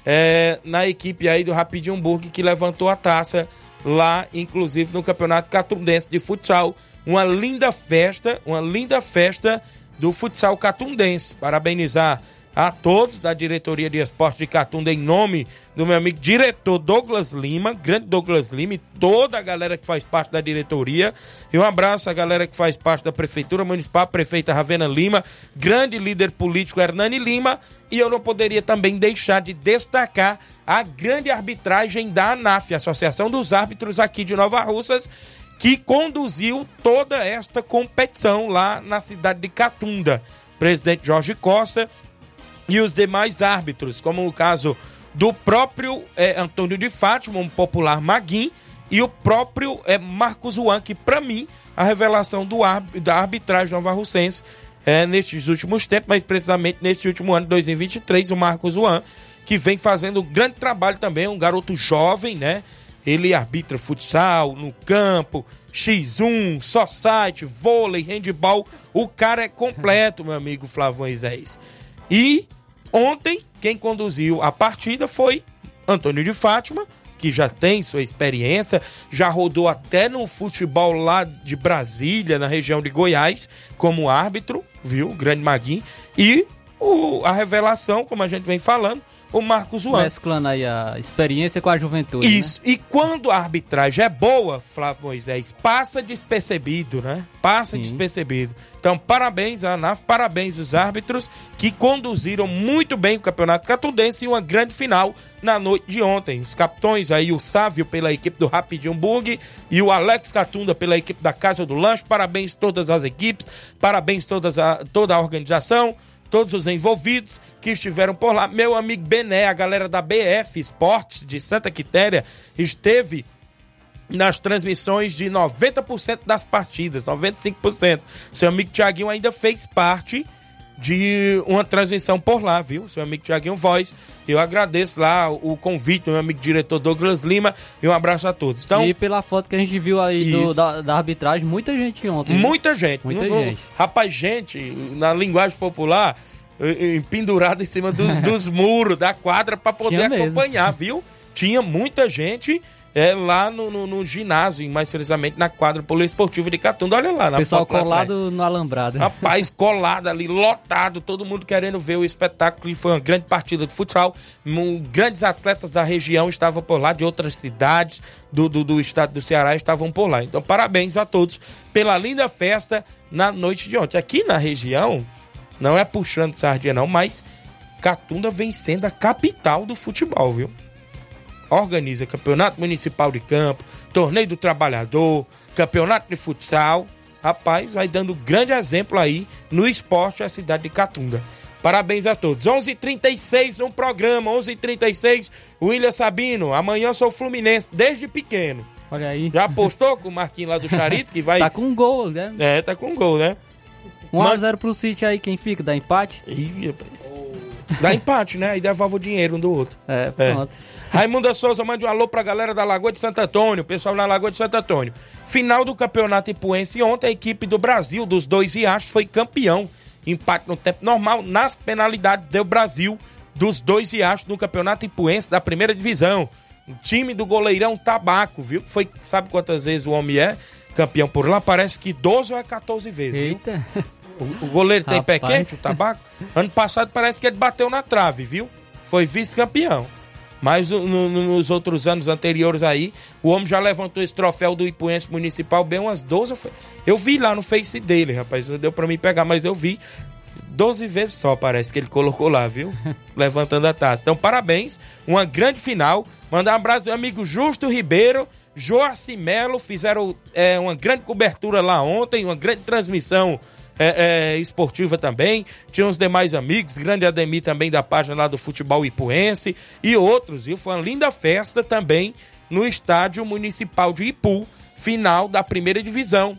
é, na equipe aí do Rapidinho Burger, que levantou a taça lá, inclusive no Campeonato Catundense de Futsal. Uma linda festa, uma linda festa do futsal catundense. Parabenizar a todos da diretoria de esporte de Catunda, em nome do meu amigo diretor Douglas Lima, grande Douglas Lima, e toda a galera que faz parte da diretoria. E um abraço à galera que faz parte da Prefeitura Municipal, a prefeita Ravena Lima, grande líder político Hernani Lima. E eu não poderia também deixar de destacar a grande arbitragem da ANAF, Associação dos Árbitros aqui de Nova Russas, que conduziu toda esta competição lá na cidade de Catunda. Presidente Jorge Costa e os demais árbitros, como o caso do próprio é, Antônio de Fátima, um popular Maguim, e o próprio é, Marcos Juan, que para mim, a revelação do da arbitragem nova-russense é, nestes últimos tempos, mas precisamente nesse último ano de dois mil e vinte e três, o Marcos Juan, que vem fazendo um grande trabalho também, um garoto jovem, né? Ele arbitra futsal, no campo, xis um, society, vôlei, handball. O cara é completo, meu amigo Flávio Moisés. E ontem, quem conduziu a partida foi Antônio de Fátima, que já tem sua experiência, já rodou até no futebol lá de Brasília, na região de Goiás, como árbitro, viu? O grande Maguinho. E o, a revelação, como a gente vem falando, o Marcos Juan. Mesclando aí a experiência com a juventude. Isso. Né? E quando a arbitragem é boa, Flávio Moisés, passa despercebido, né? Passa Sim. despercebido. Então, parabéns à ANAF, parabéns aos árbitros que conduziram muito bem o Campeonato Catundense e uma grande final na noite de ontem. Os capitões aí, o Sávio pela equipe do Rapidinho Burger e o Alex Catunda pela equipe da Casa do Lanche. Parabéns todas as equipes, parabéns todas a, toda a organização, todos os envolvidos que estiveram por lá. Meu amigo Bené, a galera da B F Esportes de Santa Quitéria, esteve nas transmissões de noventa por cento das partidas, noventa e cinco por cento. Seu amigo Tiaguinho ainda fez parte de uma transmissão por lá, viu? Seu amigo Tiaguinho Voz. Eu agradeço lá o convite do meu amigo diretor Douglas Lima e um abraço a todos. Então, e pela foto que a gente viu aí do, da, da arbitragem, muita gente ontem. Muita gente. Muita no, gente. No, rapaz, gente, na linguagem popular, pendurado em cima do, dos muros da quadra para poder Tinha acompanhar, mesmo. Viu? Tinha muita gente é, lá no, no, no ginásio, mais precisamente na quadra poliesportiva de Catunda. Olha lá, na pessoal foto colado no alambrado. Rapaz, colado ali, lotado, todo mundo querendo ver o espetáculo. E foi uma grande partida de futsal. Um, grandes atletas da região estavam por lá, de outras cidades do, do, do estado do Ceará estavam por lá. Então, parabéns a todos pela linda festa na noite de ontem. Aqui na região, não é puxando sardinha não, mas Catunda vem sendo a capital do futebol, viu? Organiza campeonato municipal de campo, torneio do trabalhador, campeonato de futsal. Rapaz, vai dando grande exemplo aí no esporte a cidade de Catunda. Parabéns a todos. onze e trinta e seis no programa, onze e trinta e seis, William Sabino. Amanhã sou Fluminense desde pequeno. Olha aí. Já apostou com o Marquinhos lá do Charito que vai... Tá com um gol, né? É, tá com um gol, né? um a zero pro City aí, quem fica? Dá empate? Ih, rapaz. Dá empate, né? Aí devolve o dinheiro um do outro. É, pronto. É. Raimunda Souza, mande um alô pra galera da Lagoa de Santo Antônio, pessoal na Lagoa de Santo Antônio. Final do Campeonato Ipuense ontem, a equipe do Brasil, dos dois Riachos, foi campeão. Empate no tempo normal, nas penalidades deu Brasil, dos dois Riachos no Campeonato Ipuense da primeira divisão. O time do goleirão Tabaco, viu? Foi, sabe quantas vezes o homem é campeão por lá? Parece que doze ou é catorze vezes, Eita. Viu? O, o goleiro tem Rapaz. pé quente, o Tabaco. Ano passado parece que ele bateu na trave, viu? Foi vice-campeão. Mas no, no, nos outros anos anteriores aí, o homem já levantou esse troféu do Ipuense Municipal bem umas doze. Eu vi lá no Face dele, rapaz. Não deu pra mim pegar, mas eu vi. doze vezes só, parece que ele colocou lá, viu? Levantando a taça. Então, parabéns. Uma grande final. Mandar um abraço ao amigo Justo Ribeiro, Joaci Melo fizeram é, uma grande cobertura lá ontem, uma grande transmissão é, é, esportiva também. Tinha os demais amigos, grande Ademir também da página lá do Futebol Ipuense e outros, viu? Foi uma linda festa também no Estádio Municipal de Ipu, final da primeira divisão,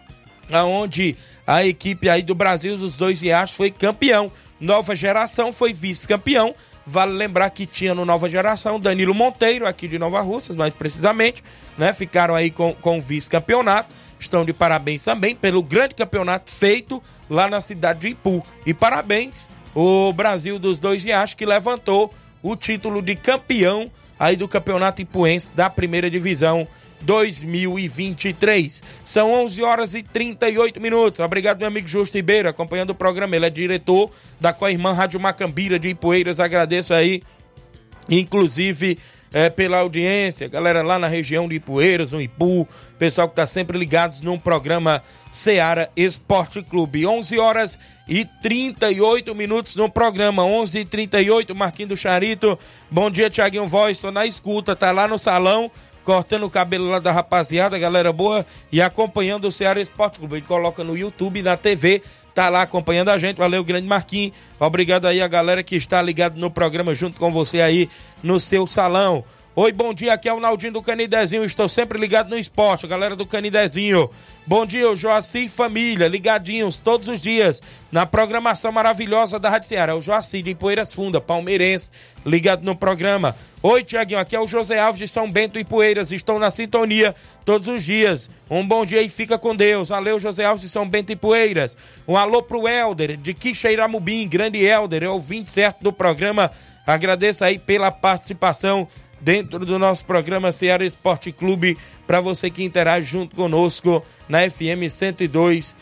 onde a equipe aí do Brasil dos Dois Riachos foi campeão. Nova Geração foi vice-campeão. Vale lembrar que tinha no Nova Geração Danilo Monteiro, aqui de Nova Russas, mais precisamente, né? Ficaram aí com, com o vice-campeonato. Estão de parabéns também pelo grande campeonato feito lá na cidade de Ipu. E parabéns o Brasil dos Dois Riachos, que levantou o título de campeão aí do Campeonato Ipuense da primeira divisão dois mil e vinte e três. São onze horas e trinta e oito minutos. Obrigado, meu amigo Justo Ribeiro, acompanhando o programa. Ele é diretor da Coirmã Rádio Macambira de Ipueiras. Agradeço aí, inclusive, é, pela audiência. Galera lá na região de Ipueiras, no Ipu, pessoal que tá sempre ligados no programa Seara Esporte Clube. onze horas e trinta e oito minutos no programa. onze e trinta e oito, Marquinhos do Charito. Bom dia, Thiaguinho Voz. Tô na escuta, tá lá no salão, cortando o cabelo lá da rapaziada, galera boa, e acompanhando o Ceará Esporte Clube. Ele coloca no YouTube, na T V, tá lá acompanhando a gente. Valeu, grande Marquinhos. Obrigado aí a galera que está ligado no programa junto com você aí no seu salão. Oi, bom dia, aqui é o Naldinho do Canidezinho, estou sempre ligado no esporte, galera do Canidezinho. Bom dia, o Joaci e família, ligadinhos todos os dias na programação maravilhosa da Rádio Ceará. O Joaci de Ipueiras Funda, palmeirense, ligado no programa. Oi, Tiaguinho, aqui é o José Alves de São Bento e Ipueiras, estou na sintonia todos os dias. Um bom dia e fica com Deus. Valeu, José Alves de São Bento e Ipueiras. Um alô pro Helder de Quixeiramubim, grande Helder, é ouvinte certo do programa. Agradeço aí pela participação dentro do nosso programa Ceará Esporte Clube, para você que interage junto conosco na F M cento e dois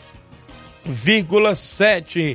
vírgula sete.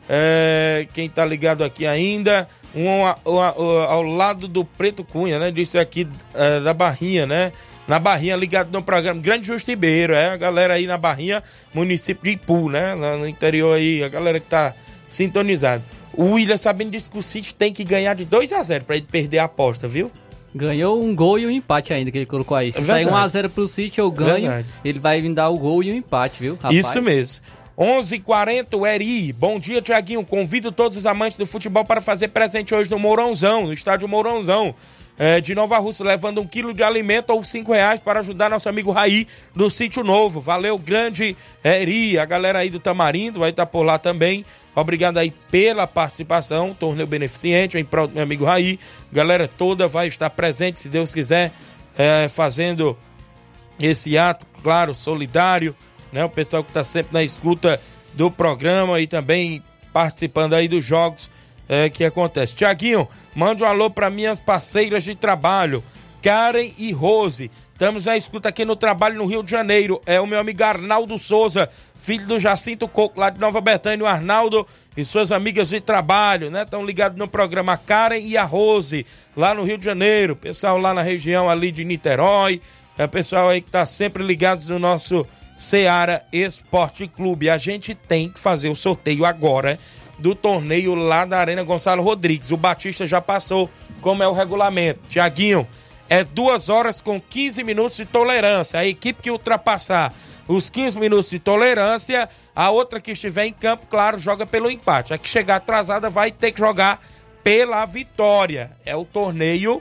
É, quem tá ligado aqui ainda, um ao, ao, ao lado do Preto Cunha, né? Disse aqui é, da Barrinha, né? Na Barrinha, ligado no programa Grande Justo Ribeiro, é? A galera aí na Barrinha, município de Ipu, né? Lá no interior aí, a galera que tá sintonizada. O William Sabino disse que o City tem que ganhar de dois a zero para ele perder a aposta, viu? Ganhou um gol e um empate ainda que ele colocou aí. Se sair um a zero pro City, eu ganho. Verdade. Ele vai me dar o gol e o empate, viu, rapaz? Isso mesmo. onze e quarenta, o Eri. Bom dia, Tiaguinho. Convido todos os amantes do futebol para fazer presente hoje no Mourãozão, no estádio Mourãozão, é, de Nova Russa, levando um quilo de alimento ou cinco reais para ajudar nosso amigo Raí do Sítio Novo. Valeu, grande Eri. A galera aí do Tamarindo vai estar por lá também. Obrigado aí pela participação, torneio beneficente em prol do meu amigo Raí. Galera toda vai estar presente, se Deus quiser, é, fazendo esse ato, claro, solidário, né? O pessoal que está sempre na escuta do programa e também participando aí dos jogos é, que acontecem. Tiaguinho, mande um alô para minhas parceiras de trabalho, Karen e Rose. Estamos na escuta aqui no trabalho no Rio de Janeiro. É o meu amigo Arnaldo Souza, filho do Jacinto Coco, lá de Nova Betânia. O Arnaldo e suas amigas de trabalho, né? Estão ligados no programa, a Karen e a Rose, lá no Rio de Janeiro. Pessoal lá na região ali de Niterói. É pessoal aí que tá sempre ligados no nosso Ceará Esporte Clube. A gente tem que fazer o sorteio agora do torneio lá da Arena Gonçalo Rodrigues. O Batista já passou como é o regulamento. Tiaguinho, é duas horas com quinze minutos de tolerância. A equipe que ultrapassar os quinze minutos de tolerância, a outra que estiver em campo, claro, joga pelo empate. A que chegar atrasada vai ter que jogar pela vitória. É o torneio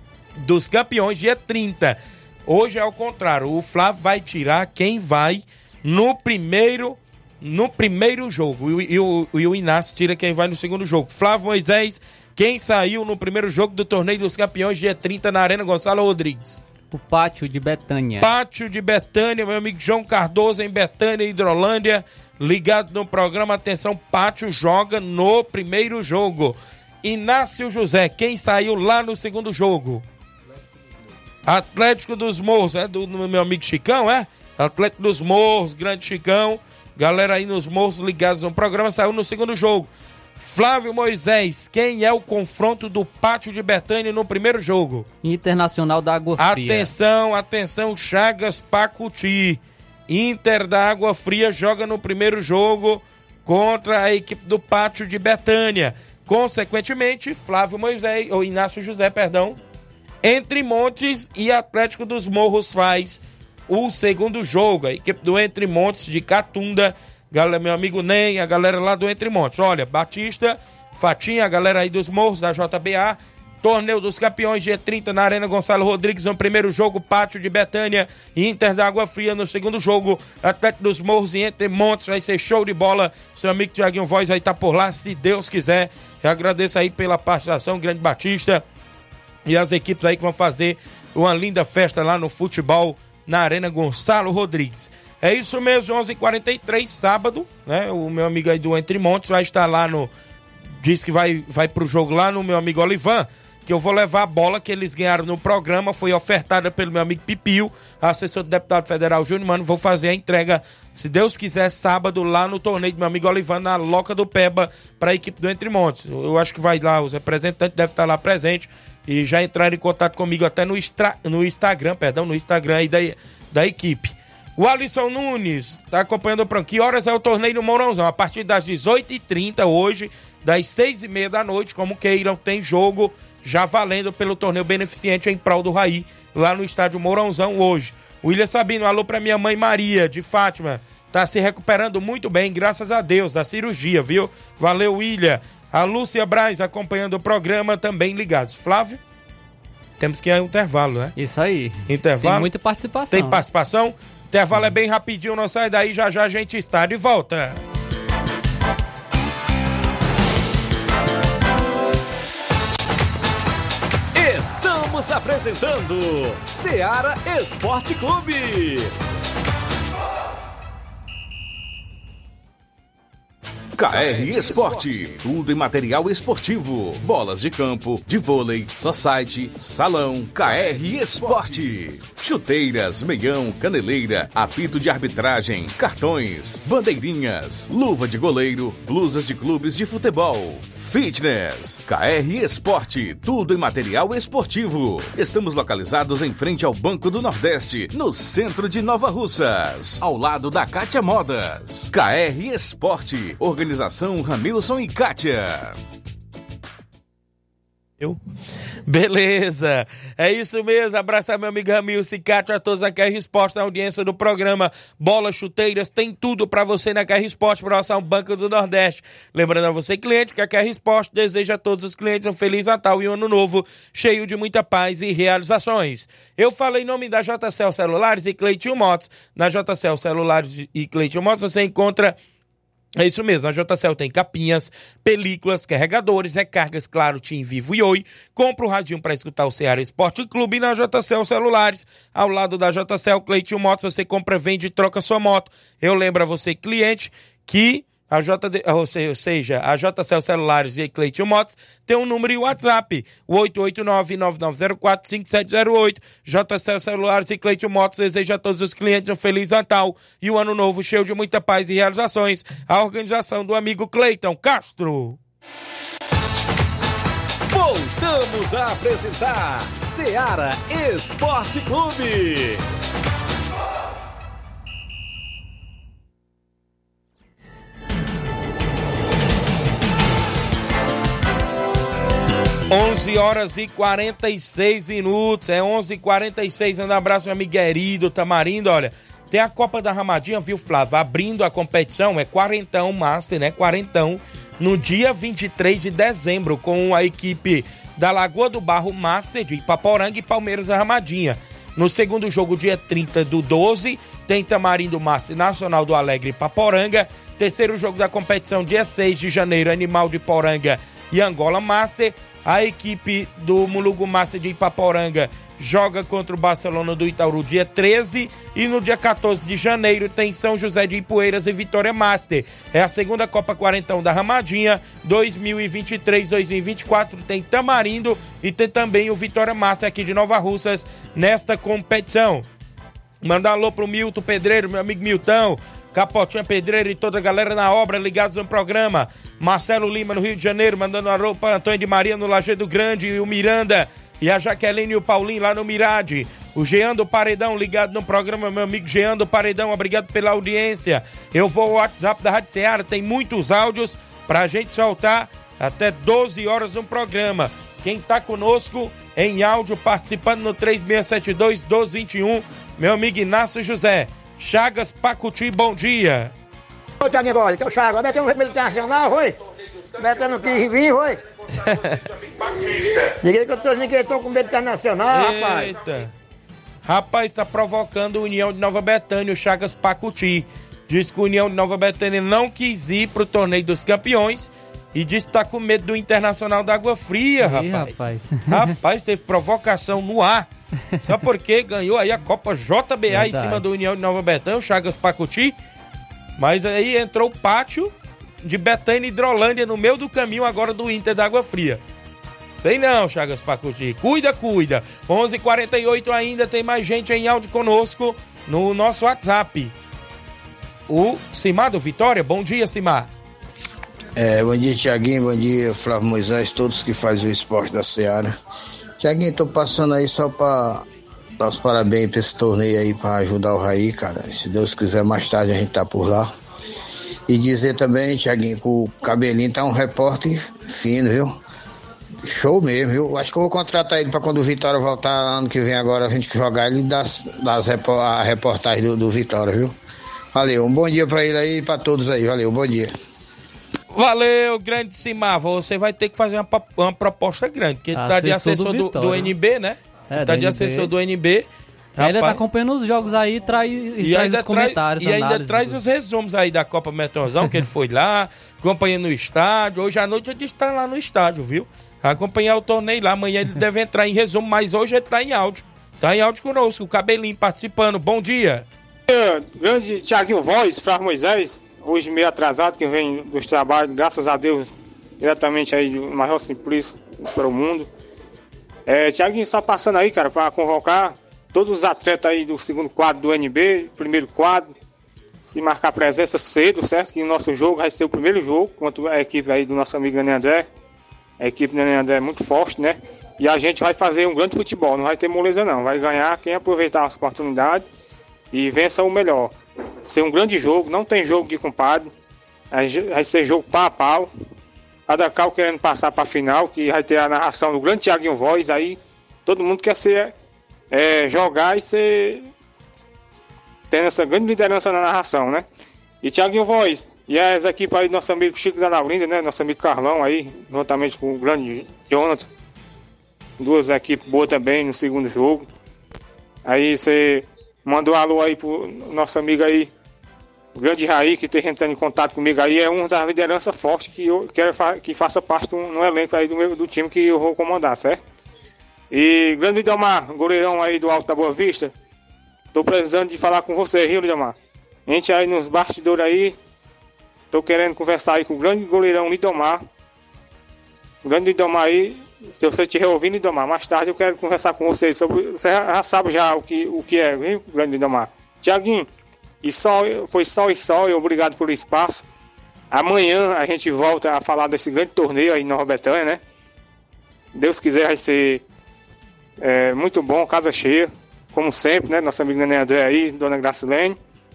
dos campeões, dia trinta. Hoje é o contrário. O Flávio vai tirar quem vai no primeiro, no primeiro jogo. E, e, o, e o Inácio tira quem vai no segundo jogo. Flávio Moisés, quem saiu no primeiro jogo do torneio dos campeões, dia trinta, na Arena Gonçalo Rodrigues? O Pátio de Betânia. Pátio de Betânia, meu amigo João Cardoso, em Betânia, Hidrolândia, ligado no programa. Atenção, Pátio joga no primeiro jogo. Inácio José, quem saiu lá no segundo jogo? Atlético dos Morros, é do, do meu amigo Chicão, é? Atlético dos Morros, grande Chicão. Galera aí nos Morros ligados no programa, saiu no segundo jogo. Flávio Moisés, quem é o confronto do Pátio de Betânia no primeiro jogo? Internacional da Água Fria. Atenção, atenção, Chagas Pacuti. Inter da Água Fria joga no primeiro jogo contra a equipe do Pátio de Betânia. Consequentemente, Flávio Moisés, ou Inácio José, perdão, Entre Montes e Atlético dos Morros faz o segundo jogo. A equipe do Entre Montes de Catunda, galera, meu amigo Ney, a galera lá do Entre Montes. Olha, Batista, Fatinha, a galera aí dos Morros, da J B A. Torneio dos Campeões, dia trinta, na Arena Gonçalo Rodrigues, no primeiro jogo, Pátio de Betânia e Inter da Água Fria no segundo jogo, Atlético dos Morros e Entre Montes, vai ser show de bola, seu amigo Tiaguinho Voz vai estar por lá, se Deus quiser. Eu agradeço aí pela participação, Grande Batista e as equipes aí que vão fazer uma linda festa lá no futebol, na Arena Gonçalo Rodrigues. É isso mesmo, onze e quarenta e três, sábado, né, o meu amigo aí do Entre Montes vai estar lá no, diz que vai, vai pro jogo lá no meu amigo Olivan, que eu vou levar a bola que eles ganharam no programa, foi ofertada pelo meu amigo Pipio, assessor do deputado federal Júnior Mano. Vou fazer a entrega, se Deus quiser, sábado, lá no torneio do meu amigo Olivan, na Loca do Peba, para a equipe do Entre Montes. Eu acho que vai lá, os representantes devem estar lá presentes e já entraram em contato comigo até no, extra, no Instagram, perdão, no Instagram aí da, da equipe. O Alisson Nunes está acompanhando para que horas é o torneio no Mourãozão? A partir das dezoito e trinta hoje, das seis e meia da noite, como queiram, tem jogo já valendo pelo torneio beneficente em prol do Raí, lá no estádio Mourãozão hoje. O William Sabino, alô pra minha mãe Maria, de Fátima, tá se recuperando muito bem, graças a Deus, da cirurgia, viu? Valeu, William. A Lúcia Braz acompanhando o programa, também ligados. Flávio? Temos que ir ao intervalo, né? Isso aí. Intervalo. Tem muita participação. Tem participação? Intervalo é bem rapidinho, não sai daí, já já a gente está de volta. Estamos apresentando Seara Esporte Clube. K R Esporte, tudo em material esportivo, bolas de campo, de vôlei, society, salão, K R Esporte. Chuteiras, meião, caneleira, apito de arbitragem, cartões, bandeirinhas, luva de goleiro, blusas de clubes de futebol, fitness, K R Esporte, tudo em material esportivo. Estamos localizados em frente ao Banco do Nordeste, no centro de Nova Russas, ao lado da Kátia Modas. K R Esporte, Organização Ramilson e Kátia. Eu? Beleza, é isso mesmo, abraçar meu amigo Ramilson e Kátia, a todos a K R Esporte na audiência do programa. Bolas, chuteiras, tem tudo pra você na K R Esporte, próximo ao Banco do Nordeste. Lembrando a você, cliente, que a K R Esporte deseja a todos os clientes um Feliz Natal e um Ano Novo, cheio de muita paz e realizações. Eu falei em nome da J C L Celulares e Cleitinho Motos. Na J C L Celulares e Cleitinho Motos você encontra... É isso mesmo, a J C L tem capinhas, películas, carregadores, recargas, claro, Tim, Vivo e Oi. Compra o radinho para escutar o Ceará Esporte Clube na J C L Celulares. Ao lado da J C L Cleitinho Motos, você compra, vende e troca sua moto. Eu lembro a você, cliente, que a J D, ou seja, a J C L Celulares e Cleitinho Motos tem um número e WhatsApp, o oito oito nove, nove nove zero quatro, cinco sete zero oito. J C L Celulares e Cleitinho Motos deseja a todos os clientes um Feliz Natal e um Ano Novo cheio de muita paz e realizações. A organização do amigo Cleiton Castro. Voltamos a apresentar Seara Esporte Clube. onze horas e quarenta e seis minutos, é onze e quarenta e seis, um abraço meu amigo querido Tamarindo. Olha, tem a Copa da Ramadinha, viu, Flávio, abrindo a competição, é quarentão Master, né, quarentão, no dia vinte e três de dezembro, com a equipe da Lagoa do Barro Master de Ipaporanga e Palmeiras da Ramadinha. No segundo jogo, dia trinta do doze, tem Tamarindo Master Nacional do Alegre Ipaporanga. Terceiro jogo da competição, dia seis de janeiro, Animal de Poranga e Angola Master. A equipe do Mulugu Master de Ipaporanga joga contra o Barcelona do Itaúru dia treze e no dia quatorze de janeiro tem São José de Ipueiras e Vitória Master. É a segunda Copa Quarentão da Ramadinha dois mil e vinte e três dois mil e vinte e quatro. Tem Tamarindo e tem também o Vitória Master aqui de Nova Russas nesta competição. Mandar um alô pro Milton Pedreiro, meu amigo Milton, Capotinha Pedreiro e toda a galera na obra ligados no programa. Marcelo Lima no Rio de Janeiro, mandando um alô para Antônio de Maria no Lajeado Grande e o Miranda e a Jaqueline e o Paulinho lá no Mirade. O Jean do Paredão ligado no programa, meu amigo Jean do Paredão, obrigado pela audiência. Eu vou ao WhatsApp da Rádio Ceará, tem muitos áudios pra gente soltar até doze horas no programa. Quem tá conosco em áudio, participando no três seis sete dois, um dois dois um, meu amigo Inácio José. Chagas Pacuti, bom dia. Ô, Tiaguinho, que é o Chagas, vai meter um vermelho internacional, foi? Metendo que vir, foi? Ninguém que eu tô, ninguém tô com medo internacional, rapaz. Eita. Rapaz, tá provocando o União de Nova Betânia, o Chagas Pacuti. Diz que o União de Nova Betânia não quis ir pro torneio dos campeões e diz que tá com medo do Internacional da Água Fria, Ih, rapaz. rapaz. Rapaz, teve provocação no ar. Só porque ganhou aí a Copa J B A Verdade. em cima do União de Nova Betânia, o Chagas Pacuti. Mas aí entrou o pátio de Betânia e Hidrolândia no meio do caminho agora do Inter da Água Fria. Sei não, Chagas Pacuti. Cuida, cuida. onze e quarenta e oito ainda, tem mais gente em áudio conosco no nosso WhatsApp. O Simar do Vitória. Bom dia, Simar. É, bom dia, Tiaguinho. Bom dia, Flávio Moisés, todos que fazem o esporte da Seara. Tiaguinho, tô passando aí só pra dar os parabéns pra esse torneio aí, pra ajudar o Raí, cara. Se Deus quiser, mais tarde a gente tá por lá. E dizer também, Tiaguinho, que o Cabelinho tá um repórter fino, viu? Show mesmo, viu? Acho que eu vou contratar ele pra quando o Vitória voltar ano que vem agora, a gente jogar ele das, das repor, a reportagem do, do Vitória, viu? Valeu, um bom dia pra ele aí e pra todos aí. Valeu, bom dia. Valeu, grande Simar. Você vai ter que fazer uma, uma proposta grande, porque ele tá de assessor do, do, do N B, né? É, tá do de N B. assessor do N B. Aí ele Rapaz, tá acompanhando os jogos aí traz, e, e traz ainda os comentários, traz, e ainda análises. traz os resumos aí da Copa Meteorzão, que ele foi lá, acompanhando no estádio. Hoje à noite ele está lá no estádio, viu? Acompanhar o torneio lá. Amanhã ele deve entrar em resumo, mas hoje ele tá em áudio. Tá em áudio conosco, o Cabelinho participando. Bom dia. Grande Tiaguinho Voz, Flávio Moisés, hoje meio atrasado, que vem dos trabalhos, graças a Deus, diretamente aí do maior simplício para o mundo. É, Tiaguinho, só passando aí, cara, para convocar todos os atletas aí do segundo quadro do N B, primeiro quadro, se marcar presença cedo, certo? Que o nosso jogo vai ser o primeiro jogo contra a equipe aí do nosso amigo Nenê André. A equipe do Nenê André é muito forte, né? E a gente vai fazer um grande futebol, não vai ter moleza não, vai ganhar quem aproveitar as oportunidades e vença o melhor. Ser um grande jogo, não tem jogo de compadre, vai ser jogo pau a pau. Cada cal querendo passar para a final, que vai ter a narração do grande Tiaguinho Voz, aí todo mundo quer ser, é, jogar e ser, tendo essa grande liderança na narração, né? E Tiaguinho Voz, e as equipes aí do nosso amigo Chico da Laurinda, né? Nosso amigo Carlão aí, juntamente com o grande Jonathan. Duas equipes boas também no segundo jogo. Aí você manda um alô aí pro nosso amigo aí, o grande Raí, que tem entrando em contato comigo aí, é uma das lideranças fortes que eu quero que faça parte do, no elenco aí do, meu, do time que eu vou comandar, certo? E grande Idomar, goleirão aí do Alto da Boa Vista, tô precisando de falar com você, viu, Idomar? A gente aí nos bastidores aí, tô querendo conversar aí com o grande goleirão Idomar. O grande Idomar aí, se você estiver ouvindo, Idomar, mais tarde eu quero conversar com vocês sobre, você já sabe já o que, o que é, viu, grande Idomar? Tiaguinho, e só, foi só e só, e obrigado pelo espaço. Amanhã a gente volta a falar desse grande torneio aí em Nova Betânia, né? Deus quiser vai ser é, muito bom, casa cheia, como sempre, né? Nosso amigo Nenê André aí, Dona Gracilene.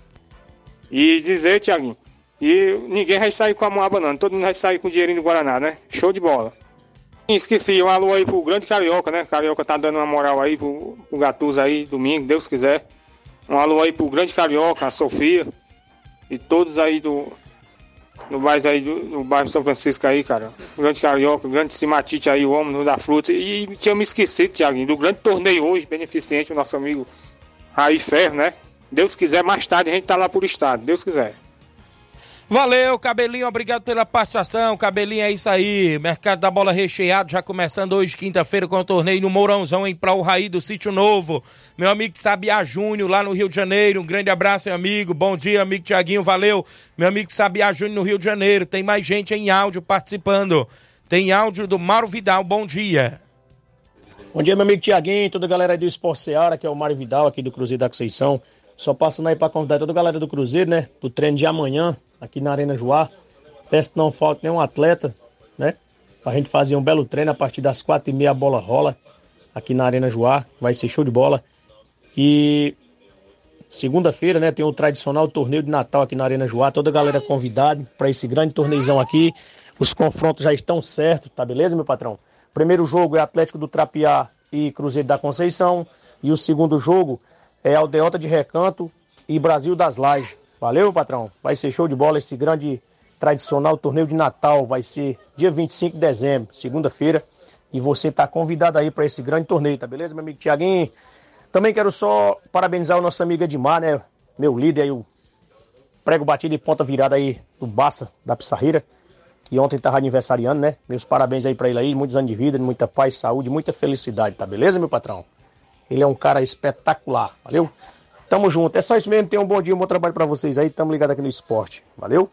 E dizer, Tiaguinho, e ninguém vai sair com a mão abanando, todo mundo vai sair com o dinheirinho do Guaraná, né? Show de bola. Esqueci, um alô aí pro grande Carioca, né? Carioca tá dando uma moral aí pro, pro Gattuso aí, domingo, Deus quiser. Um alô aí pro grande Carioca, a Sofia. E todos aí do, do bairro aí do, do bairro São Francisco aí, cara. O grande Carioca, o grande Simatite aí, o homem da fruta. E tinha me esquecido, Tiaguinho, do grande torneio hoje, beneficente, o nosso amigo Raí Ferro, né? Deus quiser, mais tarde a gente tá lá por estado, Deus quiser. Valeu, Cabelinho, obrigado pela participação. Cabelinho, é isso aí. Mercado da Bola recheado, já começando hoje, quinta-feira, com o torneio no Mourãozão, em Prau Raí do Sítio Novo. Meu amigo Sabiá Júnior, lá no Rio de Janeiro. Um grande abraço, meu amigo. Bom dia, amigo Tiaguinho, valeu. Meu amigo Sabiá Júnior, no Rio de Janeiro. Tem mais gente em áudio participando. Tem áudio do Mauro Vidal, bom dia. Bom dia, meu amigo Tiaguinho, toda a galera aí do Esporte Seara, que é o Mário Vidal, aqui do Cruzeiro da Conceição. Só passando aí para convidar toda a galera do Cruzeiro, né? Pro treino de amanhã, aqui na Arena Joá. Peço que não falte nenhum atleta, né? Pra gente fazer um belo treino a partir das quatro e meia, a bola rola aqui na Arena Joá. Vai ser show de bola. E segunda-feira, né? Tem o tradicional torneio de Natal aqui na Arena Joá. Toda a galera convidada para esse grande torneizão aqui. Os confrontos já estão certos, tá beleza, meu patrão? O primeiro jogo é Atlético do Trapiá e Cruzeiro da Conceição. E o segundo jogo é Aldeota de Recanto e Brasil das Lajes. Valeu, patrão. Vai ser show de bola esse grande tradicional torneio de Natal. Vai ser dia vinte e cinco de dezembro, segunda-feira. E você está convidado aí para esse grande torneio, tá beleza, meu amigo Tiaguinho? Também quero só parabenizar o nosso amigo Edmar, né? Meu líder aí, o prego batido e ponta virada aí do Baça, da Pissarreira, que ontem estava aniversariando, né? Meus parabéns aí para ele aí, muitos anos de vida, muita paz, saúde, muita felicidade, tá beleza, meu patrão? Ele é um cara espetacular, valeu? Tamo junto, é só isso mesmo, tenham um bom dia, um bom trabalho para vocês aí, tamo ligado aqui no esporte, valeu?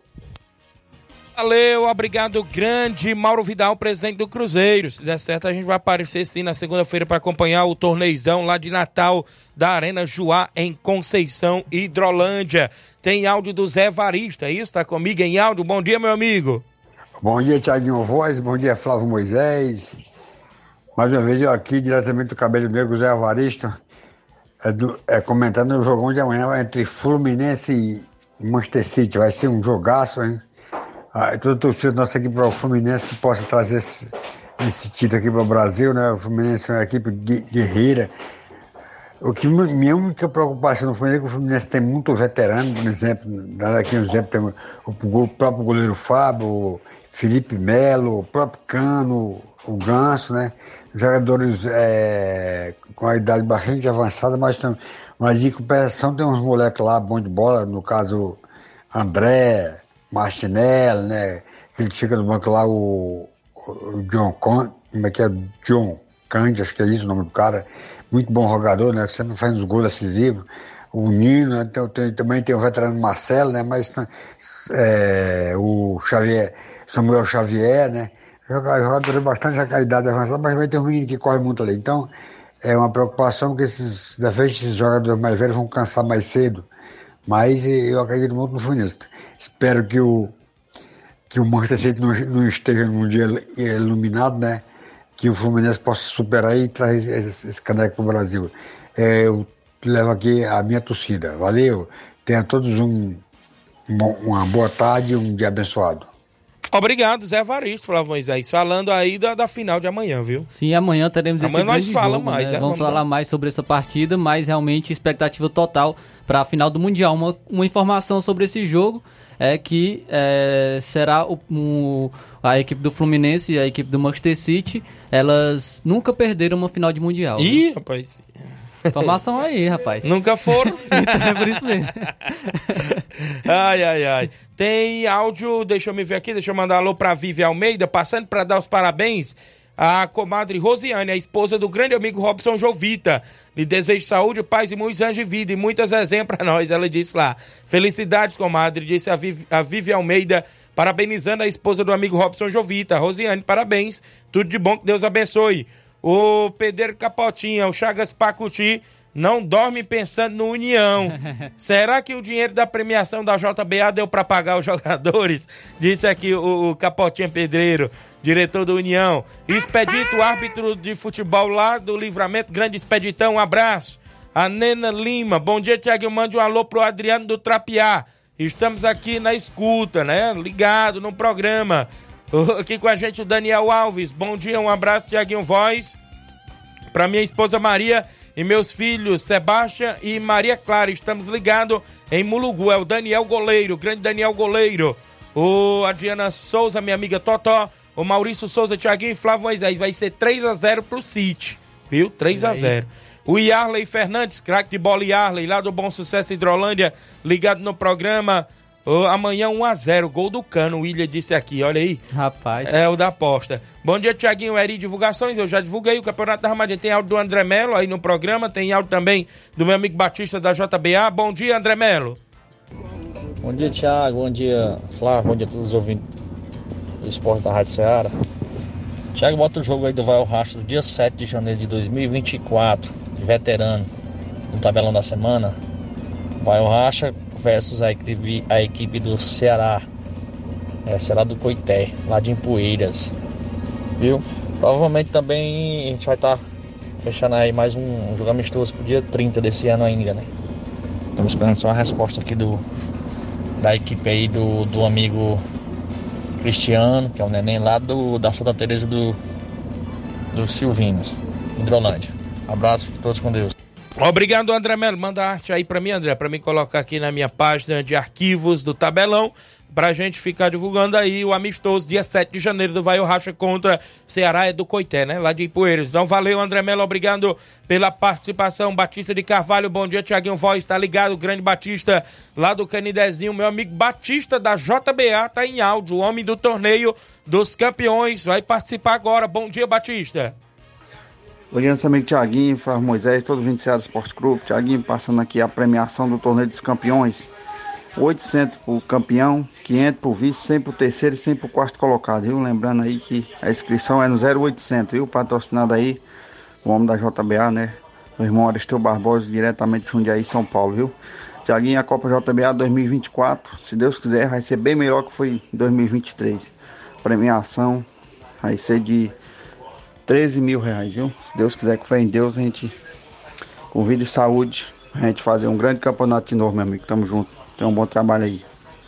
Valeu, obrigado, grande Mauro Vidal, presidente do Cruzeiro. Se der certo, a gente vai aparecer sim na segunda-feira para acompanhar o torneizão lá de Natal da Arena Joá, em Conceição, Hidrolândia. Tem áudio do Zé Evaristo, é isso? Tá comigo em áudio? Bom dia, meu amigo. Bom dia, Thiaguinho Voz, bom dia, Flávio Moisés. Mais uma vez eu aqui, diretamente do Cabelo Negro, Zé Evaristo, é, do, é comentando o jogão de amanhã entre Fluminense e Manchester City. Vai ser um jogaço, hein? Ah, toda a torcida nossa aqui para o Fluminense que possa trazer esse, esse título aqui para o Brasil, né? O Fluminense é uma equipe guerreira. O que minha única preocupação no Fluminense é que o Fluminense tem muito veterano, por exemplo, daqui um exemplo tem o, o próprio goleiro Fábio, o Felipe Melo, o próprio Cano, o Ganso, né? Jogadores é, com a idade bastante avançada, mas, tem, mas em compensação tem uns moleques lá bons de bola, no caso André, Martinelli, né? Ele fica no banco lá, o, o John Con, como é que é? John Candy, acho que é isso o nome do cara. Muito bom jogador, né? Que sempre faz uns gols decisivos. O Nino, né? Então, tem, também tem o veterano Marcelo, né? Mas é, o Xavier, Samuel Xavier, né? Jogadores bastante já com a idade avançada, mas vai ter um menino que corre muito ali. Então, é uma preocupação que esses, da vez esses jogadores mais velhos vão cansar mais cedo. Mas eu acredito muito no Fluminense. Espero que o, que o Manchester City não, não esteja num dia iluminado, né? Que o Fluminense possa superar e trazer esse, esse caneco para o Brasil. É, eu levo aqui a minha torcida. Valeu. Tenha todos um, uma boa tarde e um dia abençoado. Obrigado, Zé Evaristo, Flávio Moisés. Falando aí da, da final de amanhã, viu? Sim, amanhã teremos amanhã esse grande nós fala jogo, mais, né? é, Vamos, vamos falar dar... mais sobre essa partida, mas realmente expectativa total para a final do Mundial. Uma, uma informação sobre esse jogo é que é, será o, um, a equipe do Fluminense e a equipe do Manchester City, elas nunca perderam uma final de Mundial. Ih, viu? Rapaz... Informação aí, rapaz. Nunca foram. Então é por isso mesmo. Ai, ai, ai. Tem áudio, deixa eu me ver aqui, deixa eu mandar um alô pra Vivi Almeida, passando pra dar os parabéns à comadre Rosiane, a esposa do grande amigo Robson Jovita. Lhe desejo saúde, paz e muitos anos de vida e muitas exemplos pra nós, ela disse lá. Felicidades, comadre, disse a Vivi, a Vivi Almeida, parabenizando a esposa do amigo Robson Jovita. Rosiane, parabéns, tudo de bom, que Deus abençoe. O Pedro Capotinha, o Chagas Pacuti, não dorme pensando no União. Será que o dinheiro da premiação da J B A deu para pagar os jogadores? Disse aqui o, o Capotinha Pedreiro, diretor do União. Expedito, árbitro de futebol lá do Livramento, grande Expeditão, um abraço. A Nena Lima, bom dia, Tiago, mande um alô pro Adriano do Trapiá. Estamos aqui na escuta, né? Ligado no programa. Aqui com a gente o Daniel Alves, bom dia, um abraço, Tiaguinho Voz, para minha esposa Maria e meus filhos Sebastião e Maria Clara, estamos ligados em Mulugu, é o Daniel Goleiro, o grande Daniel Goleiro, o Adriana Souza, minha amiga Totó, o Maurício Souza, Tiaguinho e Flávio Moisés, vai ser três a zero pro City, viu, três a zero. O Yarley Fernandes, craque de bola Yarley, lá do Bom Sucesso Hidrolândia, ligado no programa. Oh, amanhã um a zero, gol do Cano, o William disse aqui, olha aí. Rapaz. É o da aposta. Bom dia, Tiaguinho, Eri Divulgações, eu já divulguei o Campeonato da Ramadinha. Tem áudio do André Melo aí no programa, tem áudio também do meu amigo Batista da J B A. Bom dia, André Melo. Bom dia, Tiago, bom dia, Flávio, bom dia a todos os ouvintes do Esporte da Rádio Ceará. Tiago, bota o jogo aí do Vai ao Rastro do dia sete de janeiro de dois mil e vinte e quatro, de veterano, no tabelão da semana. Vai ao Racha versus a equipe, a equipe do Ceará, é, Ceará do Coité, lá de Empoeiras, viu? Provavelmente também a gente vai estar tá fechando aí mais um, um jogo amistoso pro dia trinta desse ano ainda, né? Estamos esperando só uma resposta aqui do, da equipe aí do, do amigo Cristiano, que é o neném lá do, da Santa Teresa do, do Silvinos, Hidrolândia. Abraço, todos com Deus. Obrigado, André Melo. Manda a arte aí pra mim, André, pra mim colocar aqui na minha página de arquivos do Tabelão, pra gente ficar divulgando aí o amistoso dia sete de janeiro do Vai o Racha contra Ceará, é do Coité, né? Lá de Ipueiras. Então valeu, André Melo, obrigado pela participação. Batista de Carvalho, bom dia, Tiaguinho Voz, tá ligado? O grande Batista lá do Canidezinho, meu amigo Batista da J B A, tá em áudio, o homem do torneio dos campeões, vai participar agora. Bom dia, Batista. Bom dia, nosso amigo Tiaguinho, Flávio Moisés, todo vindo do Ceará Esporte Clube. Tiaguinho, passando aqui a premiação do torneio dos campeões. oitocentos pro campeão, quinhentos pro vice, cem pro terceiro e cem pro quarto colocado, viu? Lembrando aí que a inscrição é no zero oitocentos, viu? Patrocinado aí, o homem da J B A, né? O irmão Aristeu Barbosa, diretamente de Jundiaí, São Paulo, viu? Tiaguinho, a Copa J B A dois mil e vinte e quatro, se Deus quiser, vai ser bem melhor que foi em dois mil e vinte e três. Premiação vai ser de treze mil reais, viu? Se Deus quiser, que foi em Deus, a gente com vida e saúde, a gente fazer um grande campeonato de novo, meu amigo. Tamo junto. Tem um bom trabalho aí.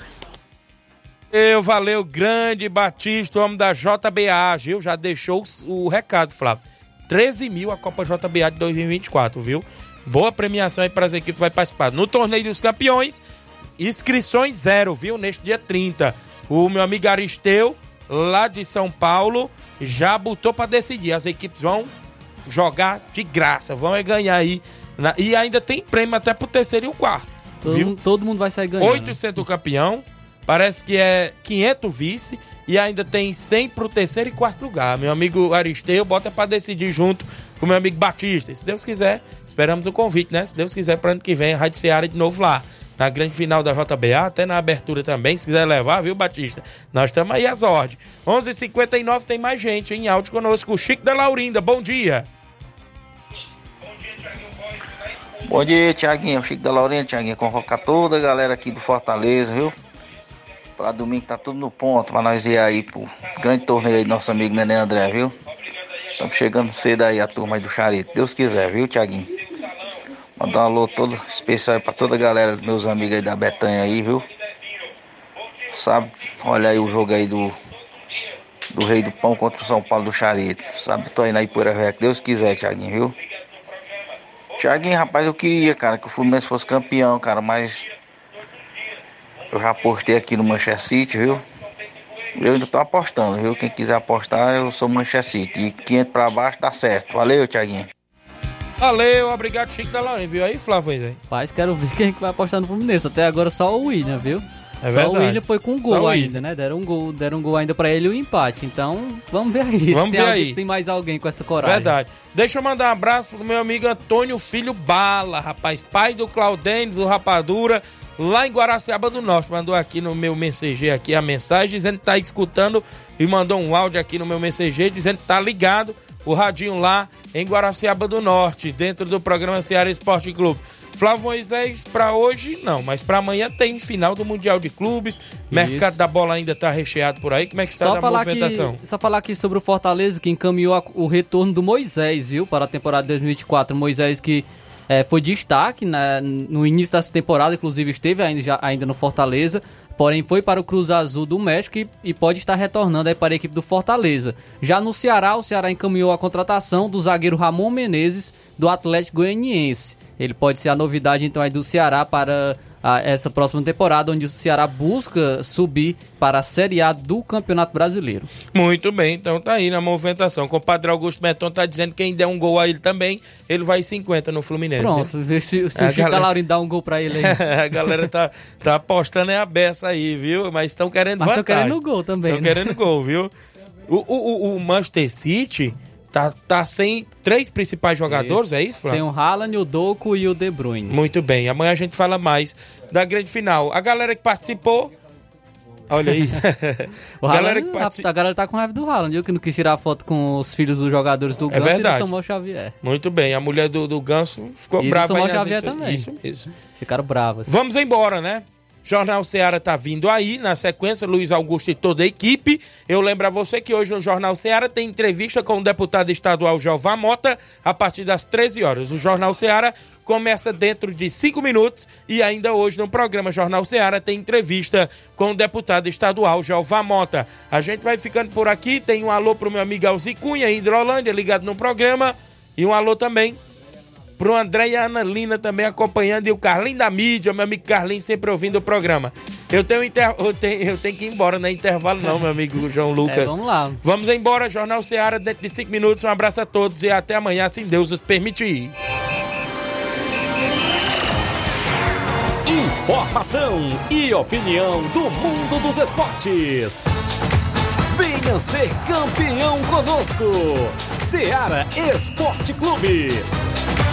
Eu, valeu, grande Batista, o homem da J B A, viu? Já deixou o recado, Flávio. treze mil a Copa J B A de dois mil e vinte e quatro, viu? Boa premiação aí para as equipes que vai participar. No Torneio dos Campeões, inscrições zero, viu? Neste dia trinta. O meu amigo Aristeu, lá de São Paulo, já botou para decidir. As equipes vão jogar de graça, vão ganhar aí. Na... E ainda tem prêmio até pro terceiro e o quarto. Todo, mundo, todo mundo vai sair ganhando. oitocentos o campeão, parece que é quinhentos vice e ainda tem cem pro terceiro e quarto lugar. Meu amigo Aristeu bota pra decidir junto com meu amigo Batista. E se Deus quiser, esperamos o convite, né? Se Deus quiser, para ano que vem, a Rádio Ceará de novo lá. Na grande final da J B A, até na abertura também, se quiser levar, viu, Batista? Nós estamos aí às ordens. onze e cinquenta e nove tem mais gente em áudio conosco. O Chico da Laurinda, bom dia. Bom dia, Tiaguinho, Chico da Laurinda, Tiaguinho, convocar toda a galera aqui do Fortaleza, viu? Pra domingo tá tudo no ponto, pra nós ir aí pro grande torneio aí do nosso amigo Nenê André, viu? Estamos chegando cedo aí, a turma aí do Charito, Deus quiser, viu, Tiaguinho? Mandar um alô todo especial aí pra toda a galera, meus amigos aí da Betanha aí, viu? Sabe, olha aí o jogo aí do, do Rei do Pão contra o São Paulo do Charito. Sabe, tô indo aí por aí, Deus quiser, Tiaguinho, viu? Tiaguinho, rapaz, eu queria, cara, que o Fluminense fosse campeão, cara, mas eu já apostei aqui no Manchester City, viu? Eu ainda tô apostando, viu? Quem quiser apostar, eu sou Manchester City. E quinhentos pra baixo dá certo. Valeu, Tiaguinho. Valeu, obrigado, Chico da Laurinda, viu aí, Flávio? Rapaz, quero ver quem vai apostar no Fluminense. Até agora só o William, viu? É só verdade. o William foi com gol ainda, né? Deram um gol, deram um gol ainda pra ele e o empate. Então, vamos ver aí. Vamos tem ver alguém, aí. Tem mais alguém com essa coragem. Verdade. Deixa eu mandar um abraço pro meu amigo Antônio Filho Bala, rapaz, pai do Claudênis, do Rapadura, lá em Guaraciaba do Norte. Mandou aqui no meu mensageiro aqui a mensagem, dizendo que tá escutando e mandou um áudio aqui no meu mensageiro, dizendo que tá ligado o radinho lá em Guaraciaba do Norte, dentro do programa Ceará Esporte Clube. Flávio Moisés, pra hoje não, mas pra amanhã tem final do Mundial de Clubes. Isso. Mercado da bola ainda tá recheado por aí. Como é que está a movimentação? Aqui, só falar aqui sobre o Fortaleza, que encaminhou a, o retorno do Moisés, viu, para a temporada de dois mil e vinte e quatro. Moisés que é, foi destaque, né, no início dessa temporada, inclusive esteve ainda, já, ainda no Fortaleza, porém foi para o Cruz Azul do México e, e pode estar retornando aí para a equipe do Fortaleza. Já no Ceará, o Ceará encaminhou a contratação do zagueiro Ramon Menezes, do Atlético Goianiense. Ele pode ser a novidade então aí do Ceará para a, essa próxima temporada, onde o Ceará busca subir para a Série A do Campeonato Brasileiro. Muito bem, então tá aí na movimentação. O compadre Augusto Meton tá dizendo que quem der um gol a ele também, ele vai cinquenta no Fluminense. Pronto, né? se, se o Chico galera... da Laurinda dá um gol pra ele aí. A galera tá, tá apostando é a beça aí, viu? Mas estão querendo Mas vantagem. Mas estão querendo gol também. Estão né? querendo gol, viu? O, o, o Manchester City... Tá, tá sem três principais jogadores, isso. É isso, Flávio? Sem o Haaland, o Doku e o De Bruyne. Muito bem, amanhã a gente fala mais da grande final. A galera que participou, olha aí. o a, galera Haaland, que particip... a galera tá com raiva do Haaland, viu? Que não quis tirar foto com os filhos dos jogadores do Ganso é e do Samuel Xavier. Muito bem, a mulher do, do Ganso ficou e brava. E do Samuel aí Xavier gente... também. Isso mesmo. Ficaram bravas. Vamos embora, né? Jornal Ceará tá vindo aí, na sequência, Luiz Augusto e toda a equipe. Eu lembro a você que hoje no Jornal Ceará tem entrevista com o deputado estadual Jeová Mota, a partir das treze horas. O Jornal Ceará começa dentro de cinco minutos e ainda hoje no programa Jornal Ceará tem entrevista com o deputado estadual Jeová Mota. A gente vai ficando por aqui, tem um alô pro meu amigo Alzi Cunha, em Hidrolândia, ligado no programa, e um alô também pro André e a Ana Lina também acompanhando, e o Carlinho da mídia, meu amigo Carlinho, sempre ouvindo o programa. Eu tenho, inter... eu tenho, eu tenho que ir embora, não é intervalo não, meu amigo João Lucas. É, vamos lá. Vamos embora, Jornal Ceará, dentro de cinco minutos. Um abraço a todos e até amanhã, se Deus os permitir. Informação e opinião do mundo dos esportes. Venha ser campeão conosco. Ceará Esporte Clube.